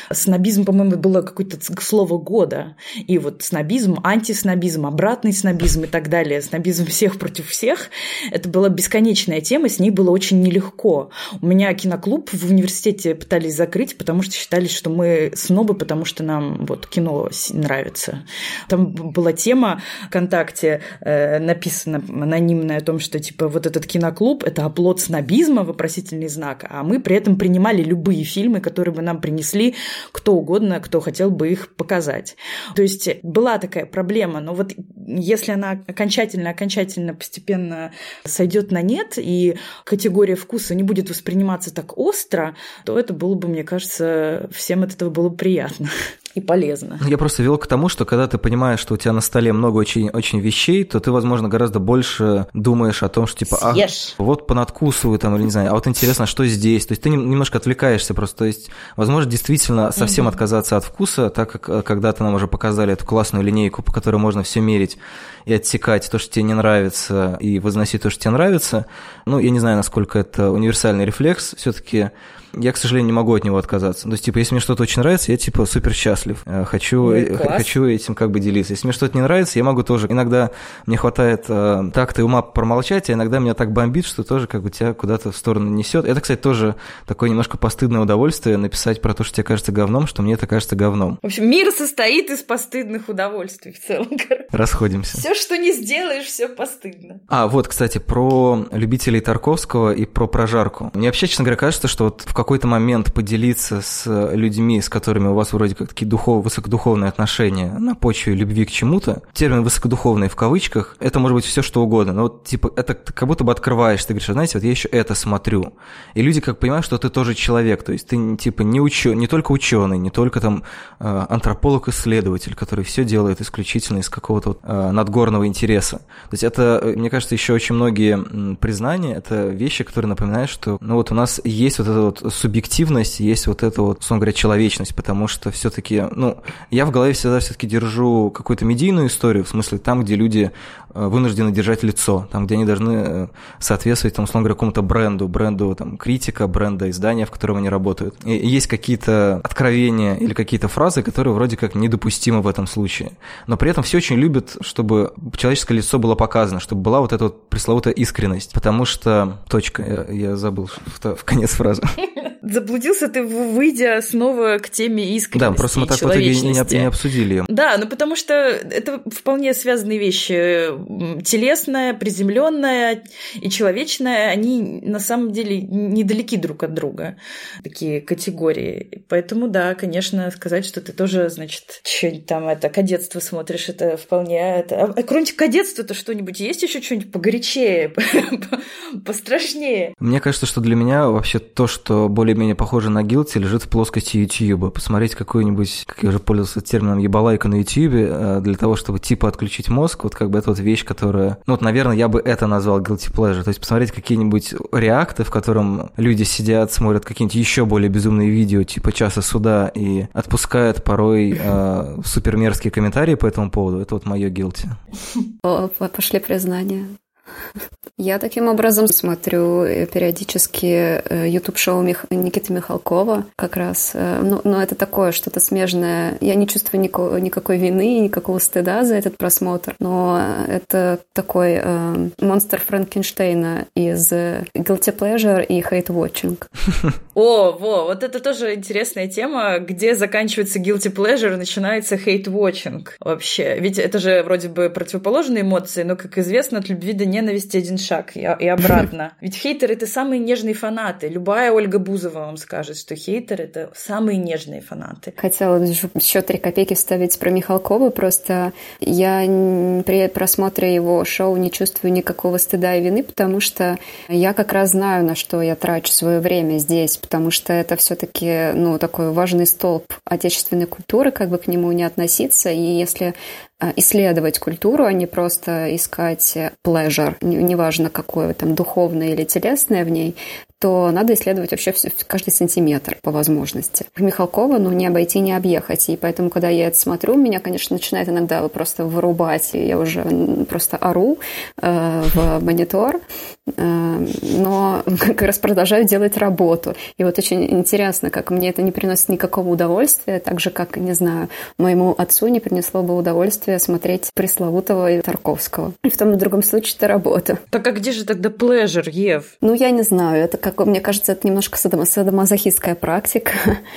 снобизм, по-моему, было какое-то слово года. И вот снобизм, антиснобизм, обратный снобизм и так далее. Снобизм всех против всех. Это была бесконечная тема, с ней было очень нелегко. У меня киноклуб в университете пытались закрыть, потому что считали, что мы снобы, потому что нам вот кино нравится. Там была тема ВКонтакте, э, написана анонимная о том, что типа вот этот киноклуб – это оплот снобизма, вопросительный знак, а мы при этом принимали любые фильмы, которые бы нам принесли кто угодно, кто хотел бы их показать. То есть была такая проблема, но вот если она окончательно-окончательно постепенно сойдет на нет, и категория вкуса не будет восприниматься так остро, то это было бы, мне кажется, всем от этого было приятно и полезно. Я просто вел к тому, что когда ты понимаешь, что у тебя на столе много очень, очень вещей, то ты, возможно, гораздо больше думаешь о том, что типа, а, вот понадкусываю там, или не знаю, а вот интересно, что здесь? То есть ты немножко отвлекаешься просто. То есть, возможно, действительно совсем угу. отказаться от вкуса, так как когда-то нам уже показали эту классную линейку, по которой можно все мерить и отсекать то, что тебе не нравится, и возносить то, что тебе нравится. Ну, я не знаю, насколько это универсальный рефлекс, все-таки я, к сожалению, не могу от него отказаться. То есть, типа, если мне что-то очень нравится, я, типа, супер счастлив. Хочу, ну, хочу этим как бы делиться. Если мне что-то не нравится, я могу тоже. Иногда мне хватает э, так-то и ума промолчать, а иногда меня так бомбит, что тоже как бы тебя куда-то в сторону несет. Это, кстати, тоже такое немножко постыдное удовольствие написать про то, что тебе кажется говном, что мне это кажется говном. В общем, мир состоит из постыдных удовольствий в целом. Расходимся. Все, что не сделаешь, все постыдно. А, вот, кстати, про любителей Тарковского и про прожарку. Мне вообще, честно говоря, кажется, что вот в какой-то момент поделиться с людьми, с которыми у вас вроде как такие духов, высокодуховные отношения на почве любви к чему-то, термин «высокодуховный» в кавычках, это может быть все что угодно, но вот типа это как будто бы открываешь, ты говоришь, знаете, вот я еще это смотрю, и люди как понимают, что ты тоже человек, то есть ты типа не, учё, не только ученый, не только там антрополог-исследователь, который все делает исключительно из какого-то вот, надгорного интереса. То есть это, мне кажется, еще очень многие признания, это вещи, которые напоминают, что ну вот у нас есть вот эта вот субъективность, есть вот эта вот, условно говоря, человечность, потому что все-таки, ну, я в голове всегда все-таки держу какую-то медийную историю, в смысле там, где люди вынуждены держать лицо, там, где они должны соответствовать, там, условно говоря, какому-то бренду, бренду там, критика, бренда издания, в котором они работают. И есть какие-то откровения или какие-то фразы, которые вроде как недопустимы в этом случае. Но при этом все очень любят, чтобы человеческое лицо было показано, чтобы была вот эта вот пресловутая искренность, потому что... Точка, я, я забыл в, в конец фразы. Заблудился ты, выйдя снова к теме искренности. Да, просто мы так в итоге не, не обсудили. Да, ну потому что это вполне связанные вещи. Телесное, приземленное и человечное, они на самом деле недалеки друг от друга, такие категории. Поэтому, да, конечно, сказать, что ты тоже, значит, что-нибудь там, это, кадетство смотришь, это вполне... Это... А кроме кадетства-то что-нибудь есть еще что-нибудь погорячее, пострашнее? Мне кажется, что для меня вообще то, что более-менее похоже на guilty, лежит в плоскости YouTube. Посмотреть какую-нибудь, как я уже пользовался термином, ебалайка на YouTube для того, чтобы типа отключить мозг, вот как бы это вот вещь, которая... Ну вот, наверное, я бы это назвал guilty pleasure. То есть посмотреть какие-нибудь реакты, в котором люди сидят, смотрят какие-нибудь еще более безумные видео, типа «Часа суда», и отпускают порой э, супермерзкие комментарии по этому поводу. Это вот мое guilty. О, пошли признания. Я таким образом смотрю периодически YouTube-шоу Мих... Никиты Михалкова как раз. Ну, но это такое, что-то смежное. Я не чувствую никакой, никакой вины, никакого стыда за этот просмотр. Но это такой э, монстр Франкенштейна из Guilty Pleasure и Hate Watching. О, во, вот это тоже интересная тема, где заканчивается Guilty Pleasure, начинается Hate Watching вообще. Ведь это же вроде бы противоположные эмоции, но, как известно, от любви до ненависти один шаг и, и обратно. Ведь хейтеры — это самые нежные фанаты. Любая Ольга Бузова вам скажет, что хейтеры — это самые нежные фанаты. Хотела еще три копейки вставить про Михалкова. Просто я при просмотре его шоу не чувствую никакого стыда и вины, потому что я как раз знаю, на что я трачу свое время здесь, потому что это все-таки, ну, такой важный столб отечественной культуры, как бы к нему не относиться. И если исследовать культуру, а не просто искать pleasure, неважно какое там духовное или телесное в ней, то надо исследовать вообще все, каждый сантиметр по возможности. Михалкова, ну, не обойти, не объехать. И поэтому, когда я это смотрю, меня, конечно, начинает иногда просто вырубать, и я уже просто ору э, в монитор, э, но как раз продолжаю делать работу. И вот очень интересно, как мне это не приносит никакого удовольствия, так же, как, не знаю, моему отцу не принесло бы удовольствия смотреть пресловутого Тарковского. И в том и в другом случае это работа. Так а где же тогда pleasure, Ев? Ну, я не знаю. Это, как мне кажется, это немножко садомазохистская практика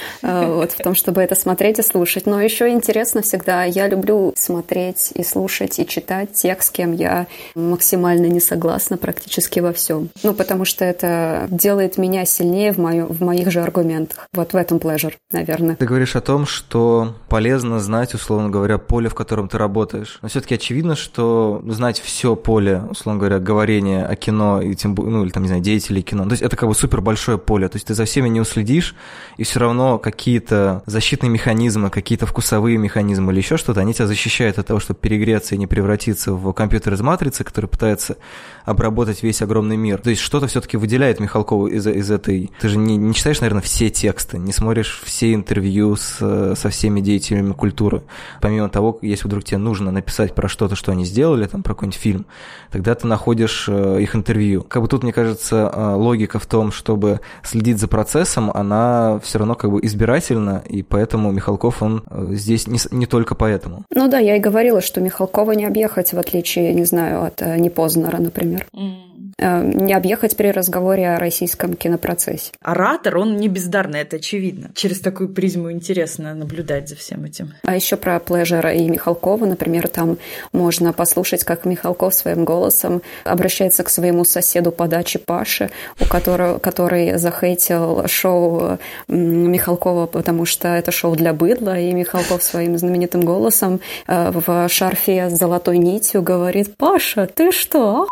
вот, в том, чтобы это смотреть и слушать. Но еще интересно всегда, я люблю смотреть и слушать и читать тех, с кем я максимально не согласна практически во всем. Ну, потому что это делает меня сильнее в, мою, в моих же аргументах. Вот в этом pleasure, наверное. Ты говоришь о том, что полезно знать, условно говоря, поле, в котором ты работаешь. Но все-таки очевидно, что знать все поле, условно говоря, говорения о кино, и тем, ну, или там, не знаю, деятелей кино, то есть это как бы супер большое поле. То есть ты за всеми не уследишь, и все равно какие-то защитные механизмы, какие-то вкусовые механизмы или еще что-то, они тебя защищают от того, чтобы перегреться и не превратиться в компьютер из матрицы, который пытается обработать весь огромный мир. То есть что-то все-таки выделяет Михалкову из, из этой... Ты же не, не читаешь, наверное, все тексты, не смотришь все интервью с, со всеми деятелями культуры. Помимо того, если вдруг тебе нужно написать про что-то, что они сделали, там, про какой-нибудь фильм, тогда ты находишь их интервью. Как бы тут, мне кажется, логика в том, чтобы следить за процессом, она все равно как бы избирательна, и поэтому Михалков, он здесь не, не только поэтому. Ну да, я и говорила, что Михалкова не объехать, в отличие, не знаю, от Непознера, например. Mm. Не объехать при разговоре о российском кинопроцессе. Оратор, он не бездарный, это очевидно. Через такую призму интересно наблюдать за всем этим. А еще про Плежера и Михалкова, например, там можно послушать, как Михалков своим голосом обращается к своему соседу по даче Паше, у которого, который захейтил шоу Михалкова, потому что это шоу для быдла, и Михалков своим знаменитым голосом в шарфе с золотой нитью говорит: «Паша, ты что,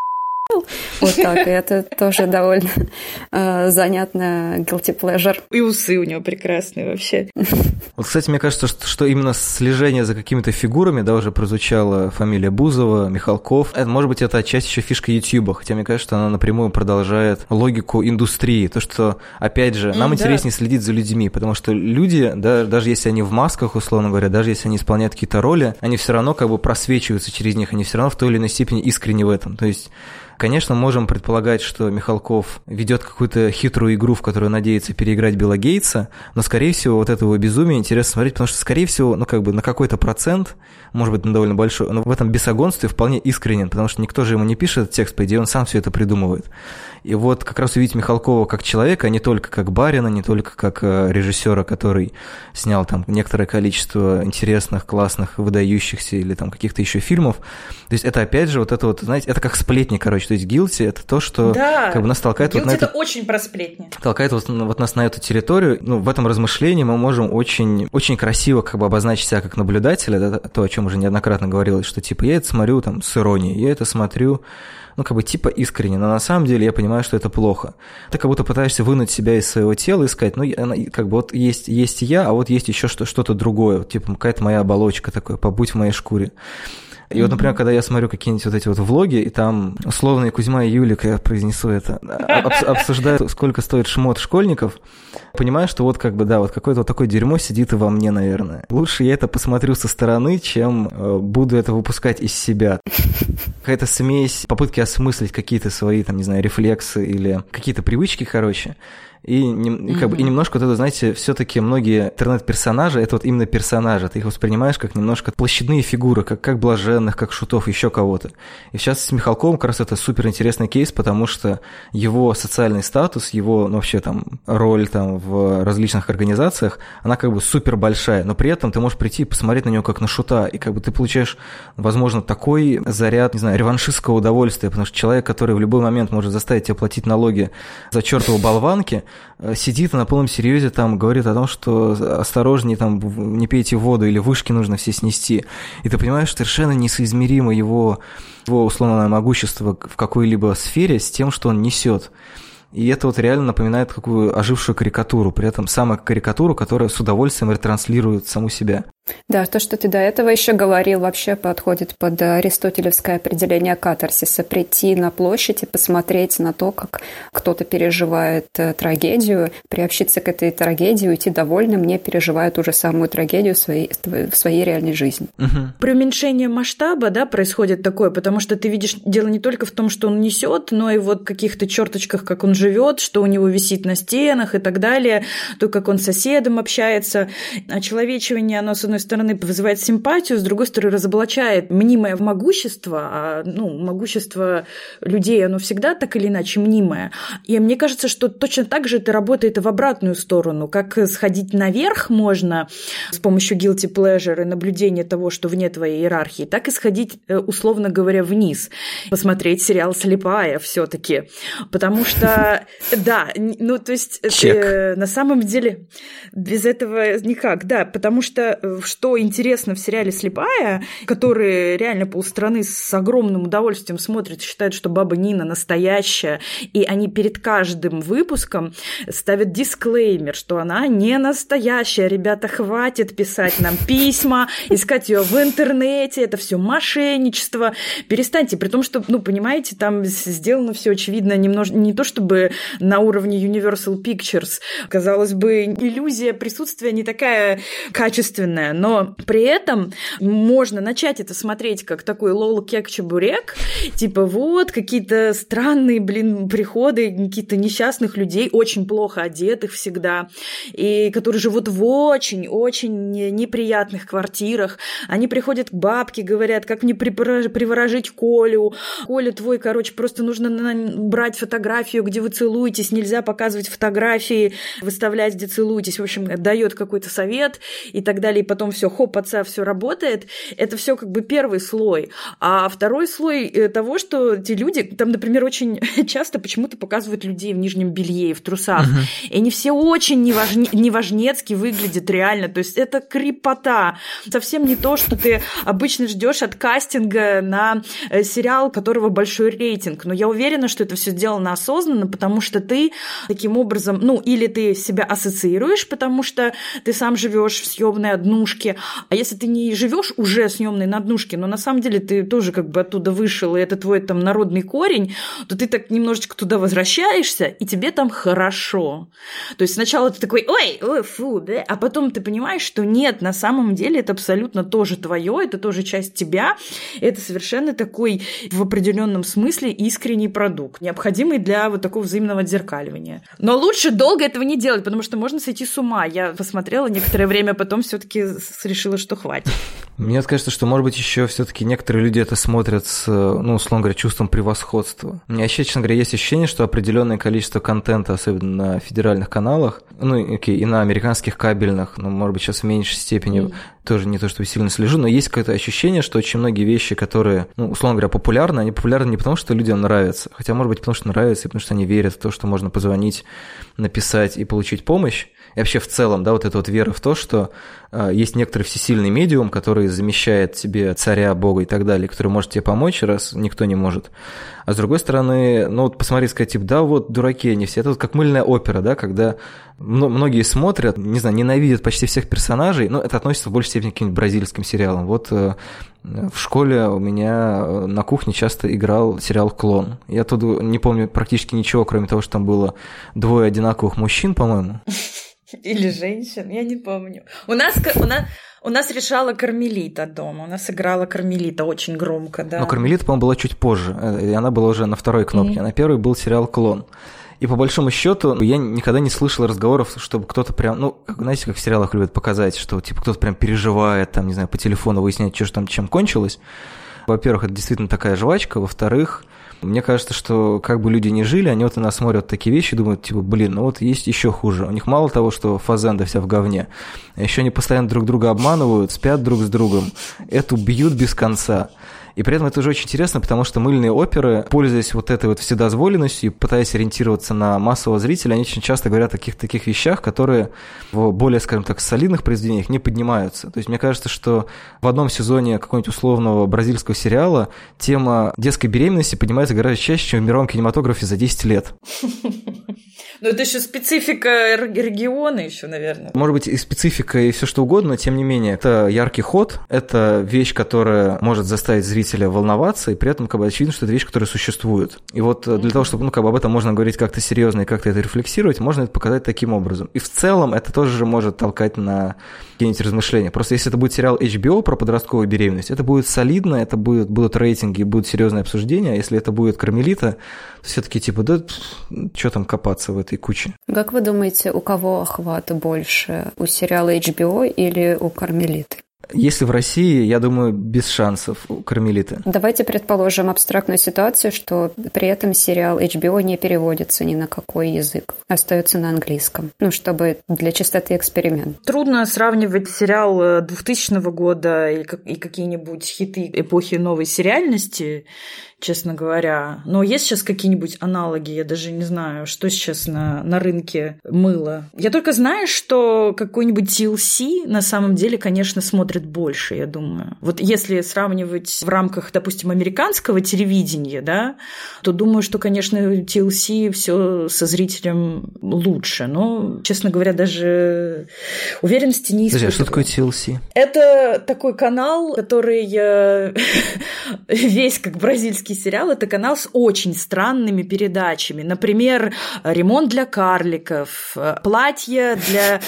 вот так, и это тоже довольно э, занятно guilty pleasure. И усы у него прекрасные вообще. Вот, кстати, мне кажется, что, что именно слежение за какими-то фигурами, да, уже прозвучала фамилия Бузова, Михалков. Это, может быть, это отчасти еще фишка Ютьюба, хотя мне кажется, что она напрямую продолжает логику индустрии. То, что, опять же, нам mm, интереснее да. следить за людьми, потому что люди, да, даже если они в масках, условно говоря, даже если они исполняют какие-то роли, они все равно как бы просвечиваются через них, они все равно в той или иной степени искренни в этом. То есть, конечно, можем предполагать, что Михалков ведет какую-то хитрую игру, в которую надеется переиграть Билла Гейтса, но, скорее всего, вот это его безумие интересно смотреть, потому что, скорее всего, ну, как бы на какой-то процент, может быть, на довольно большой, но в этом бесогонстве вполне искренен, потому что никто же ему не пишет этот текст, по идее, он сам все это придумывает. И вот как раз увидеть Михалкова как человека, а не только как барина, не только как режиссера, который снял там некоторое количество интересных, классных, выдающихся или там каких-то еще фильмов. То есть это опять же вот это вот, знаете, это как сплетни, короче. То есть guilty – это то, что да, как бы нас толкает вот на это эту... очень про сплетни. Толкает вот, вот нас на эту территорию. Ну, в этом размышлении мы можем очень, очень красиво как бы обозначить себя как наблюдателя, да, то, о чем уже неоднократно говорилось, что типа я это смотрю там с иронией, я это смотрю, ну, как бы типа искренне, но на самом деле я понимаю, что это плохо. Ты как будто пытаешься вынуть себя из своего тела и сказать, ну, как бы вот есть, есть я, а вот есть еще что- что-то другое, вот, типа какая-то моя оболочка такая, побудь в моей шкуре. И вот, например, когда я смотрю какие-нибудь вот эти вот влоги, и там условные Кузьма и Юлик, я произнесу это, обс- обсуждают, сколько стоит шмот школьников, понимаю, что вот как бы, да, вот какое-то вот такое дерьмо сидит и во мне, наверное. Лучше я это посмотрю со стороны, чем э, буду это выпускать из себя. Какая-то смесь, попытки осмыслить какие-то свои, там, не знаю, рефлексы или какие-то привычки, короче. И, и, как бы, и немножко вот это, знаете, все-таки многие интернет-персонажи, это вот именно персонажи, ты их воспринимаешь как немножко площадные фигуры, как, как Блаженных, как Шутов, еще кого-то. И сейчас с Михалковым как раз это суперинтересный кейс, потому что его социальный статус, его, ну, вообще там роль там в различных организациях, она как бы супер большая, но при этом ты можешь прийти и посмотреть на него как на Шута, и как бы ты получаешь, возможно, такой заряд, не знаю, реваншистского удовольствия, потому что человек, который в любой момент может заставить тебя платить налоги за чертову болванки, сидит и на полном серьезе там говорит о том, что осторожнее, там, не пейте воду или вышки нужно все снести. И ты понимаешь, что совершенно несоизмеримо его, его условное могущество в какой-либо сфере с тем, что он несет. И это вот реально напоминает какую ожившую карикатуру, при этом самую карикатуру, которая с удовольствием ретранслирует саму себя. Да, то, что ты до этого еще говорил, вообще подходит под аристотелевское определение катарсиса. Прийти на площадь и посмотреть на то, как кто-то переживает трагедию, приобщиться к этой трагедии, уйти довольным, не переживая ту же самую трагедию в своей, в своей реальной жизни. Угу. При уменьшении масштаба, да, происходит такое, потому что ты видишь дело не только в том, что он несет, но и вот в каких-то черточках, как он живет, что у него висит на стенах и так далее, то, как он с соседом общается. Очеловечивание, оно, с одной стороны, вызывает симпатию, с другой стороны, разоблачает мнимое могущество, а ну, могущество людей, оно всегда так или иначе мнимое. И мне кажется, что точно так же это работает и в обратную сторону. Как сходить наверх можно с помощью guilty pleasure и наблюдения того, что вне твоей иерархии, так и сходить, условно говоря, вниз. Посмотреть сериал «Слепая» все-таки. Потому что, да, ну, то есть, э, на самом деле, без этого никак, да, потому что, что интересно в сериале «Слепая», который реально полстраны с огромным удовольствием смотрят и считают, что баба Нина настоящая, и они перед каждым выпуском ставят дисклеймер, что она не настоящая. Ребята, хватит писать нам письма, искать ее в интернете, это все мошенничество. Перестаньте, при том, что, ну, понимаете, там сделано все очевидно немножко, не то чтобы на уровне Universal Pictures. Казалось бы, иллюзия присутствия не такая качественная, но при этом можно начать это смотреть как такой лол-кек-чебурек, типа вот какие-то странные, блин, приходы каких-то несчастных людей, очень плохо одетых всегда, и которые живут в очень-очень неприятных квартирах. Они приходят к бабке, говорят, как мне приворожить Колю. Коля твой, короче, просто нужно брать фотографию, где вы целуетесь, нельзя показывать фотографии, выставлять, где целуетесь. В общем, дает какой-то совет и так далее, и потом все, хоп, отца, все работает. Это все как бы первый слой. А второй слой того, что эти люди, там, например, очень часто почему-то показывают людей в нижнем белье и в трусах. Uh-huh. И они все очень неважне, неважнецки выглядят реально. То есть это крепота. Совсем не то, что ты обычно ждешь от кастинга на сериал, у которого большой рейтинг. Но я уверена, что это все сделано осознанно, потому что ты таким образом, ну, или ты себя ассоциируешь, потому что ты сам живешь в съемной однушке, а если ты не живешь уже в съемной на однушке, но на самом деле ты тоже как бы оттуда вышел, и это твой там народный корень, то ты так немножечко туда возвращаешься, и тебе там хорошо. То есть сначала ты такой, ой, ой, фу, да, а потом ты понимаешь, что нет, на самом деле это абсолютно тоже твое, это тоже часть тебя, это совершенно такой в определенном смысле искренний продукт, необходимый для вот такого взаимного отзеркаливания. Но лучше долго этого не делать, потому что можно сойти с ума. Я посмотрела некоторое время, потом все-таки решила, что хватит. Мне кажется, что, может быть, еще все-таки некоторые люди это смотрят с, ну, условно говоря, чувством превосходства. У меня вообще, честно говоря, есть ощущение, что определенное количество контента, особенно на федеральных каналах, ну, окей, и на американских кабельных, ну, может быть, сейчас в меньшей степени, mm. тоже не то, чтобы сильно слежу, но есть какое-то ощущение, что очень многие вещи, которые, ну, условно говоря, популярны, они популярны не потому, что людям нравятся, хотя, может быть, потому что нравится, и потому что они верят в то, что можно позвонить, написать и получить помощь. И вообще в целом, да, вот эта вот вера в то, что э, есть некоторый всесильный медиум, который замещает тебе царя, бога и так далее, который может тебе помочь, раз никто не может. А с другой стороны, ну вот посмотреть, сказать, типа, да, вот дураки они все. Это вот как мыльная опера, да, когда многие смотрят, не знаю, ненавидят почти всех персонажей, но это относится в большей степени к каким-нибудь бразильским сериалам. Вот э, в школе у меня на кухне часто играл сериал «Клон». Я тут не помню практически ничего, кроме того, что там было двое одинаковых мужчин, по-моему. Или женщин, я не помню. У нас, у нас, у нас решала Кармелита дома, у нас играла Кармелита очень громко, да. Но Кармелита, по-моему, была чуть позже, и она была уже на второй кнопке, mm-hmm. а на первой был сериал «Клон». И по большому счету я никогда не слышал разговоров, чтобы кто-то прям, ну, знаете, как в сериалах любят показать, что типа кто-то прям переживает, там, не знаю, по телефону выяснять, что же там, чем кончилось. Во-первых, это действительно такая жвачка, во-вторых, мне кажется, что как бы люди ни жили, они вот на нас смотрят такие вещи и думают, типа, блин, ну вот есть еще хуже. У них мало того, что фазенда вся в говне, а еще они постоянно друг друга обманывают, спят друг с другом, эту бьют без конца. И при этом это уже очень интересно, потому что мыльные оперы, пользуясь вот этой вот вседозволенностью, пытаясь ориентироваться на массового зрителя, они очень часто говорят о каких-то таких вещах, которые в более, скажем так, солидных произведениях не поднимаются. То есть мне кажется, что в одном сезоне какого-нибудь условного бразильского сериала тема детской беременности поднимается гораздо чаще, чем в мировом кинематографе за десять лет. Ну, это еще специфика региона еще, наверное. Может быть, и специфика, и все что угодно, но тем не менее, это яркий ход, это вещь, которая может заставить зрителя волноваться, и при этом как бы очевидно, что это вещь, которая существует. И вот для того, чтобы ну, как бы об этом можно говорить как-то серьезно и как-то это рефлексировать, можно это показать таким образом. И в целом это тоже же может толкать на какие-нибудь размышления. Просто если это будет сериал эйч би о про подростковую беременность, это будет солидно, это будет, будут рейтинги, будут серьезные обсуждения, а если это будет Кармелита, то все-таки типа, да, что там копаться в этой куче. Как вы думаете, у кого охвата больше? У сериала эйч би о или у Кармелиты? Если в России, я думаю, без шансов у Кармелиты. Давайте предположим абстрактную ситуацию, что при этом сериал эйч би о не переводится ни на какой язык, остается на английском. Ну, чтобы для чистоты эксперимента. Трудно сравнивать сериал двухтысячного года и какие-нибудь хиты эпохи новой сериальности, честно говоря. Но есть сейчас какие-нибудь аналоги? Я даже не знаю, что сейчас на, на рынке мыла. Я только знаю, что какой-нибудь ти эл си на самом деле, конечно, смотрит больше, я думаю. Вот если сравнивать в рамках, допустим, американского телевидения, да, то думаю, что, конечно, ти эл си все со зрителем лучше. Но, честно говоря, даже уверенности не испытываю. Подожди, а что такое ти эл си? Это такой канал, который весь как бразильский сериал, это канал с очень странными передачами. Например, ремонт для карликов, платье для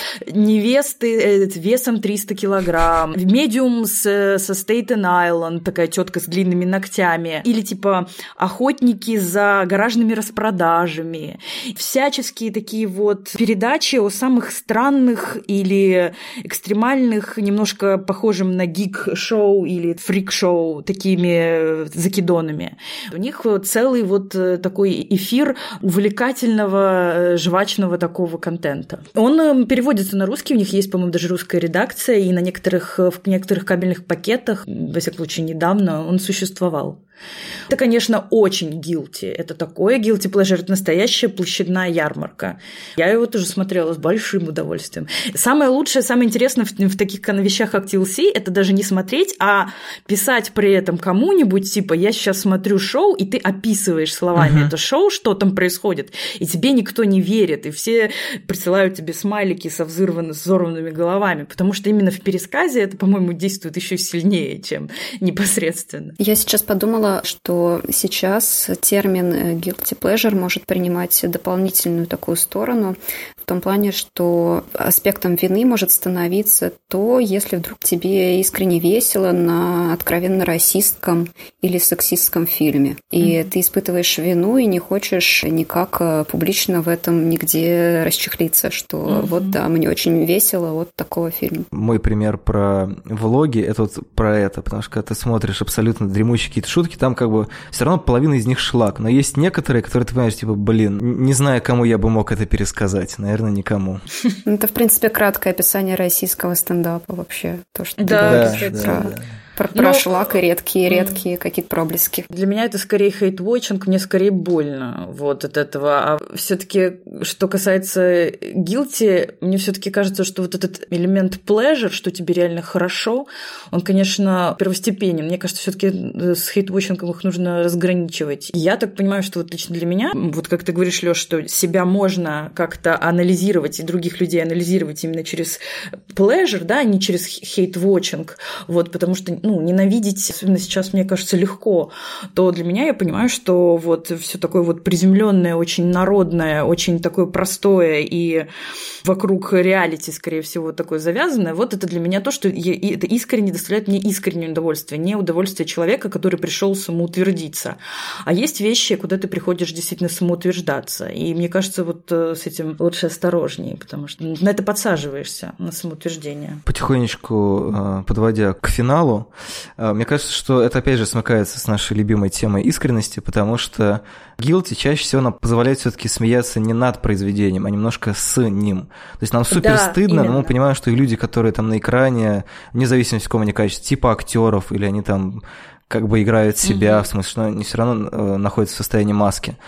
невесты весом триста килограмм, медиум с, со Стейтен-Айленд, такая тетка с длинными ногтями, или типа охотники за гаражными распродажами. Всяческие такие вот передачи о самых странных или экстремальных, немножко похожим на гик-шоу или фрик-шоу, такими закидонами. У них целый вот такой эфир увлекательного жвачного такого контента. Он переводится на русский, у них есть, по-моему, даже русская редакция, и на некоторых, в некоторых кабельных пакетах, во всяком случае, недавно он существовал. Это, конечно, очень guilty. Это такое guilty pleasure, это настоящая площадная ярмарка. Я его тоже смотрела с большим удовольствием. Самое лучшее, самое интересное в, в таких вещах, как ти эл си, это даже не смотреть, а писать при этом кому-нибудь, типа, я сейчас смотрю шоу, и ты описываешь словами uh-huh. это шоу, что там происходит, и тебе никто не верит, и все присылают тебе смайлики со взорванными, взорванными головами, потому что именно в пересказе это, по-моему, действует еще сильнее, чем непосредственно. Я сейчас подумала, что сейчас термин guilty pleasure может принимать дополнительную такую сторону, в том плане, что аспектом вины может становиться то, если вдруг тебе искренне весело на откровенно расистском или сексистском фильме, и mm-hmm. ты испытываешь вину и не хочешь никак публично в этом нигде расчехлиться, что mm-hmm. вот да, мне очень весело от такого фильма. Мой пример про влоги, это вот про это, потому что когда ты смотришь абсолютно дремучие какие-то шутки, там как бы все равно половина из них шлак, но есть некоторые, которые ты понимаешь, типа, блин, не знаю, кому я бы мог это пересказать, наверное, никому. Это, в принципе, краткое описание российского стендапа вообще, то, что да, ты говоришь да, про... да. Про, про Но... шлак и редкие-редкие mm. какие-то проблески. Для меня это скорее хейт-вотчинг, мне скорее больно вот от этого. А все-таки, что касается guilty, мне все-таки кажется, что вот этот элемент pleasure, что тебе реально хорошо, он, конечно, первостепенен. Мне кажется, все-таки с хейт-вотчингом их нужно разграничивать. Я так понимаю, что вот лично для меня, вот как ты говоришь, Лёш, что себя можно как-то анализировать и других людей анализировать именно через pleasure, да, а не через хейт-вотчинг. Вот, потому что ну, ненавидеть, особенно сейчас, мне кажется, легко, то для меня я понимаю, что вот все такое вот приземленное, очень народное, очень такое простое и вокруг реалити, скорее всего, такое завязанное, вот это для меня то, что я, это искренне доставляет мне искреннее удовольствие, не удовольствие человека, который пришел самоутвердиться. А есть вещи, куда ты приходишь действительно самоутверждаться. И мне кажется, вот с этим лучше осторожнее, потому что на это подсаживаешься, на самоутверждение. Потихонечку подводя к финалу, мне кажется, что это опять же смыкается с нашей любимой темой искренности, потому что guilty чаще всего нам позволяет все-таки смеяться не над произведением, а немножко с ним. То есть нам супер да, стыдно, именно. Но мы понимаем, что и люди, которые там на экране, вне зависимости от какого они качества, типа актеров, или они там как бы играют себя, mm-hmm. в смысле, что они все равно находятся в состоянии маски.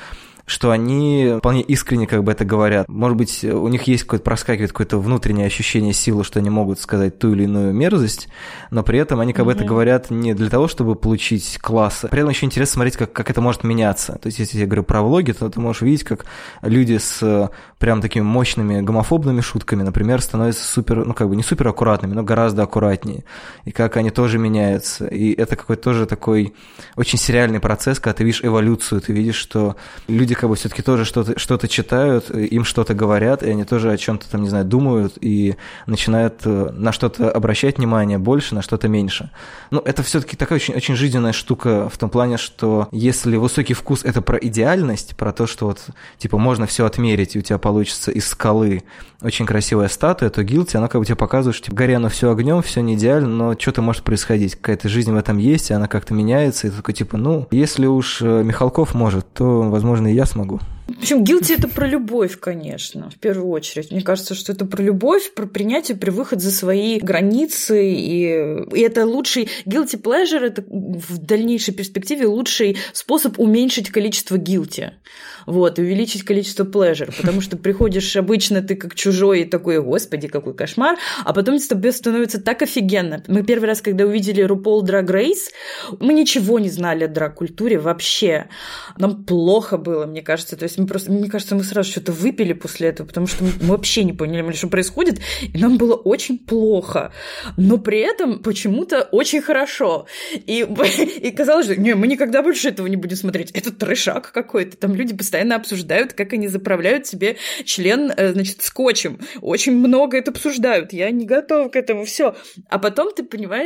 что они вполне искренне как бы это говорят. Может быть, у них есть какое-то, проскакивает какое-то внутреннее ощущение силы, что они могут сказать ту или иную мерзость, но при этом они как бы mm-hmm. это говорят не для того, чтобы получить классы. При этом еще интересно смотреть, как, как это может меняться. То есть, если я говорю про влоги, то ты можешь видеть, как люди с прям такими мощными гомофобными шутками, например, становятся супер, ну как бы не супер аккуратными, но гораздо аккуратнее. И как они тоже меняются. И это какой-то тоже такой очень сериальный процесс, когда ты видишь эволюцию, ты видишь, что люди как бы все-таки тоже что-то, что-то читают, им что-то говорят, и они тоже о чем-то там, не знаю, думают и начинают на что-то обращать внимание больше, на что-то меньше. Ну, это все-таки такая очень, очень жизненная штука в том плане, что если высокий вкус – это про идеальность, про то, что вот, типа, можно все отмерить, и у тебя получится из скалы очень красивая статуя, то Guilty, она как бы тебе показывает, что типа, горе оно все огнем, все не идеально, но что-то может происходить, какая-то жизнь в этом есть, и она как-то меняется, и ты такой, типа, ну, если уж Михалков может, то, возможно, и я смогу. Причем Guilty — это про любовь, конечно, в первую очередь. Мне кажется, что это про любовь, про принятие, про выход за свои границы. И, и это лучший... Guilty pleasure — это в дальнейшей перспективе лучший способ уменьшить количество guilty. Вот, и увеличить количество pleasure. Потому что приходишь обычно ты как чужой и такой, господи, какой кошмар, а потом тебе становится так офигенно. Мы первый раз, когда увидели RuPaul Drag Race, мы ничего не знали о драг-культуре вообще. Нам плохо было, мне кажется. То есть мы просто, мне кажется, мы сразу что-то выпили после этого, потому что мы вообще не поняли, что происходит, и нам было очень плохо. Но при этом почему-то очень хорошо. И, и казалось, что не, мы никогда больше этого не будем смотреть. Это трешак какой-то. Там люди постоянно обсуждают, как они заправляют себе член, значит, скотчем. Очень много это обсуждают. Я не готова к этому. Все. А потом ты понимаешь,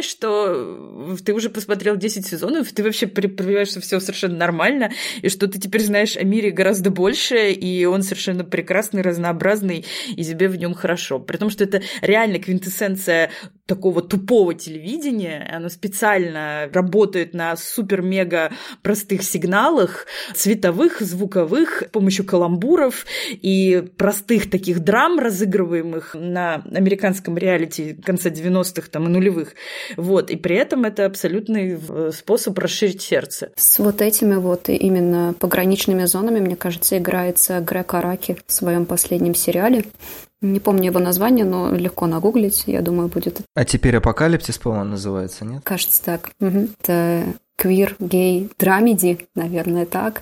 что ты уже посмотрел десять сезонов, ты вообще понимаешь, что все совершенно нормально, и что ты теперь знаешь о мире гораздо больше, и он совершенно прекрасный, разнообразный, и тебе в нем хорошо. При том, что это реально квинтэссенция такого тупого телевидения, оно специально работает на супер-мега простых сигналах, цветовых, звуковых, с помощью каламбуров и простых таких драм, разыгрываемых на американском реалити конца девяностых там, и нулевых. Вот. И при этом это абсолютный способ расширить сердце. С вот этими вот именно пограничными зонами, мне кажется, играется Грег Араки в своем последнем сериале. Не помню его название, но легко нагуглить, я думаю, будет. А теперь «Апокалипсис», по-моему, называется, нет? Кажется, так. Угу. Это квир, гей, драмеди, наверное, так,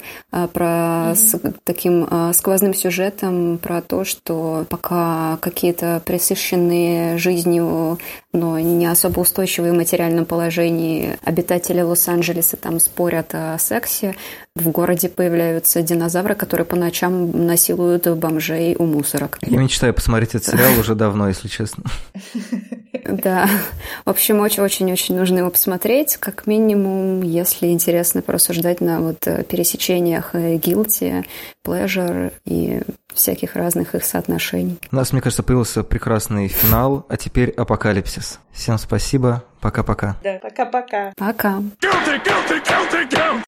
про mm-hmm. с таким сквозным сюжетом, про то, что пока какие-то пресыщенные жизнью, но не особо устойчивые в материальном положении обитатели Лос-Анджелеса там спорят о сексе, в городе появляются динозавры, которые по ночам насилуют бомжей у мусорок. Я мечтаю посмотреть этот сериал уже давно, если честно. Да. В общем, очень-очень-очень нужно его посмотреть, как минимум, если интересно порассуждать на вот пересечениях guilty, pleasure и всяких разных их соотношений. У нас, мне кажется, появился прекрасный финал, а теперь апокалипсис. Всем спасибо, пока-пока. Да, пока-пока. Пока.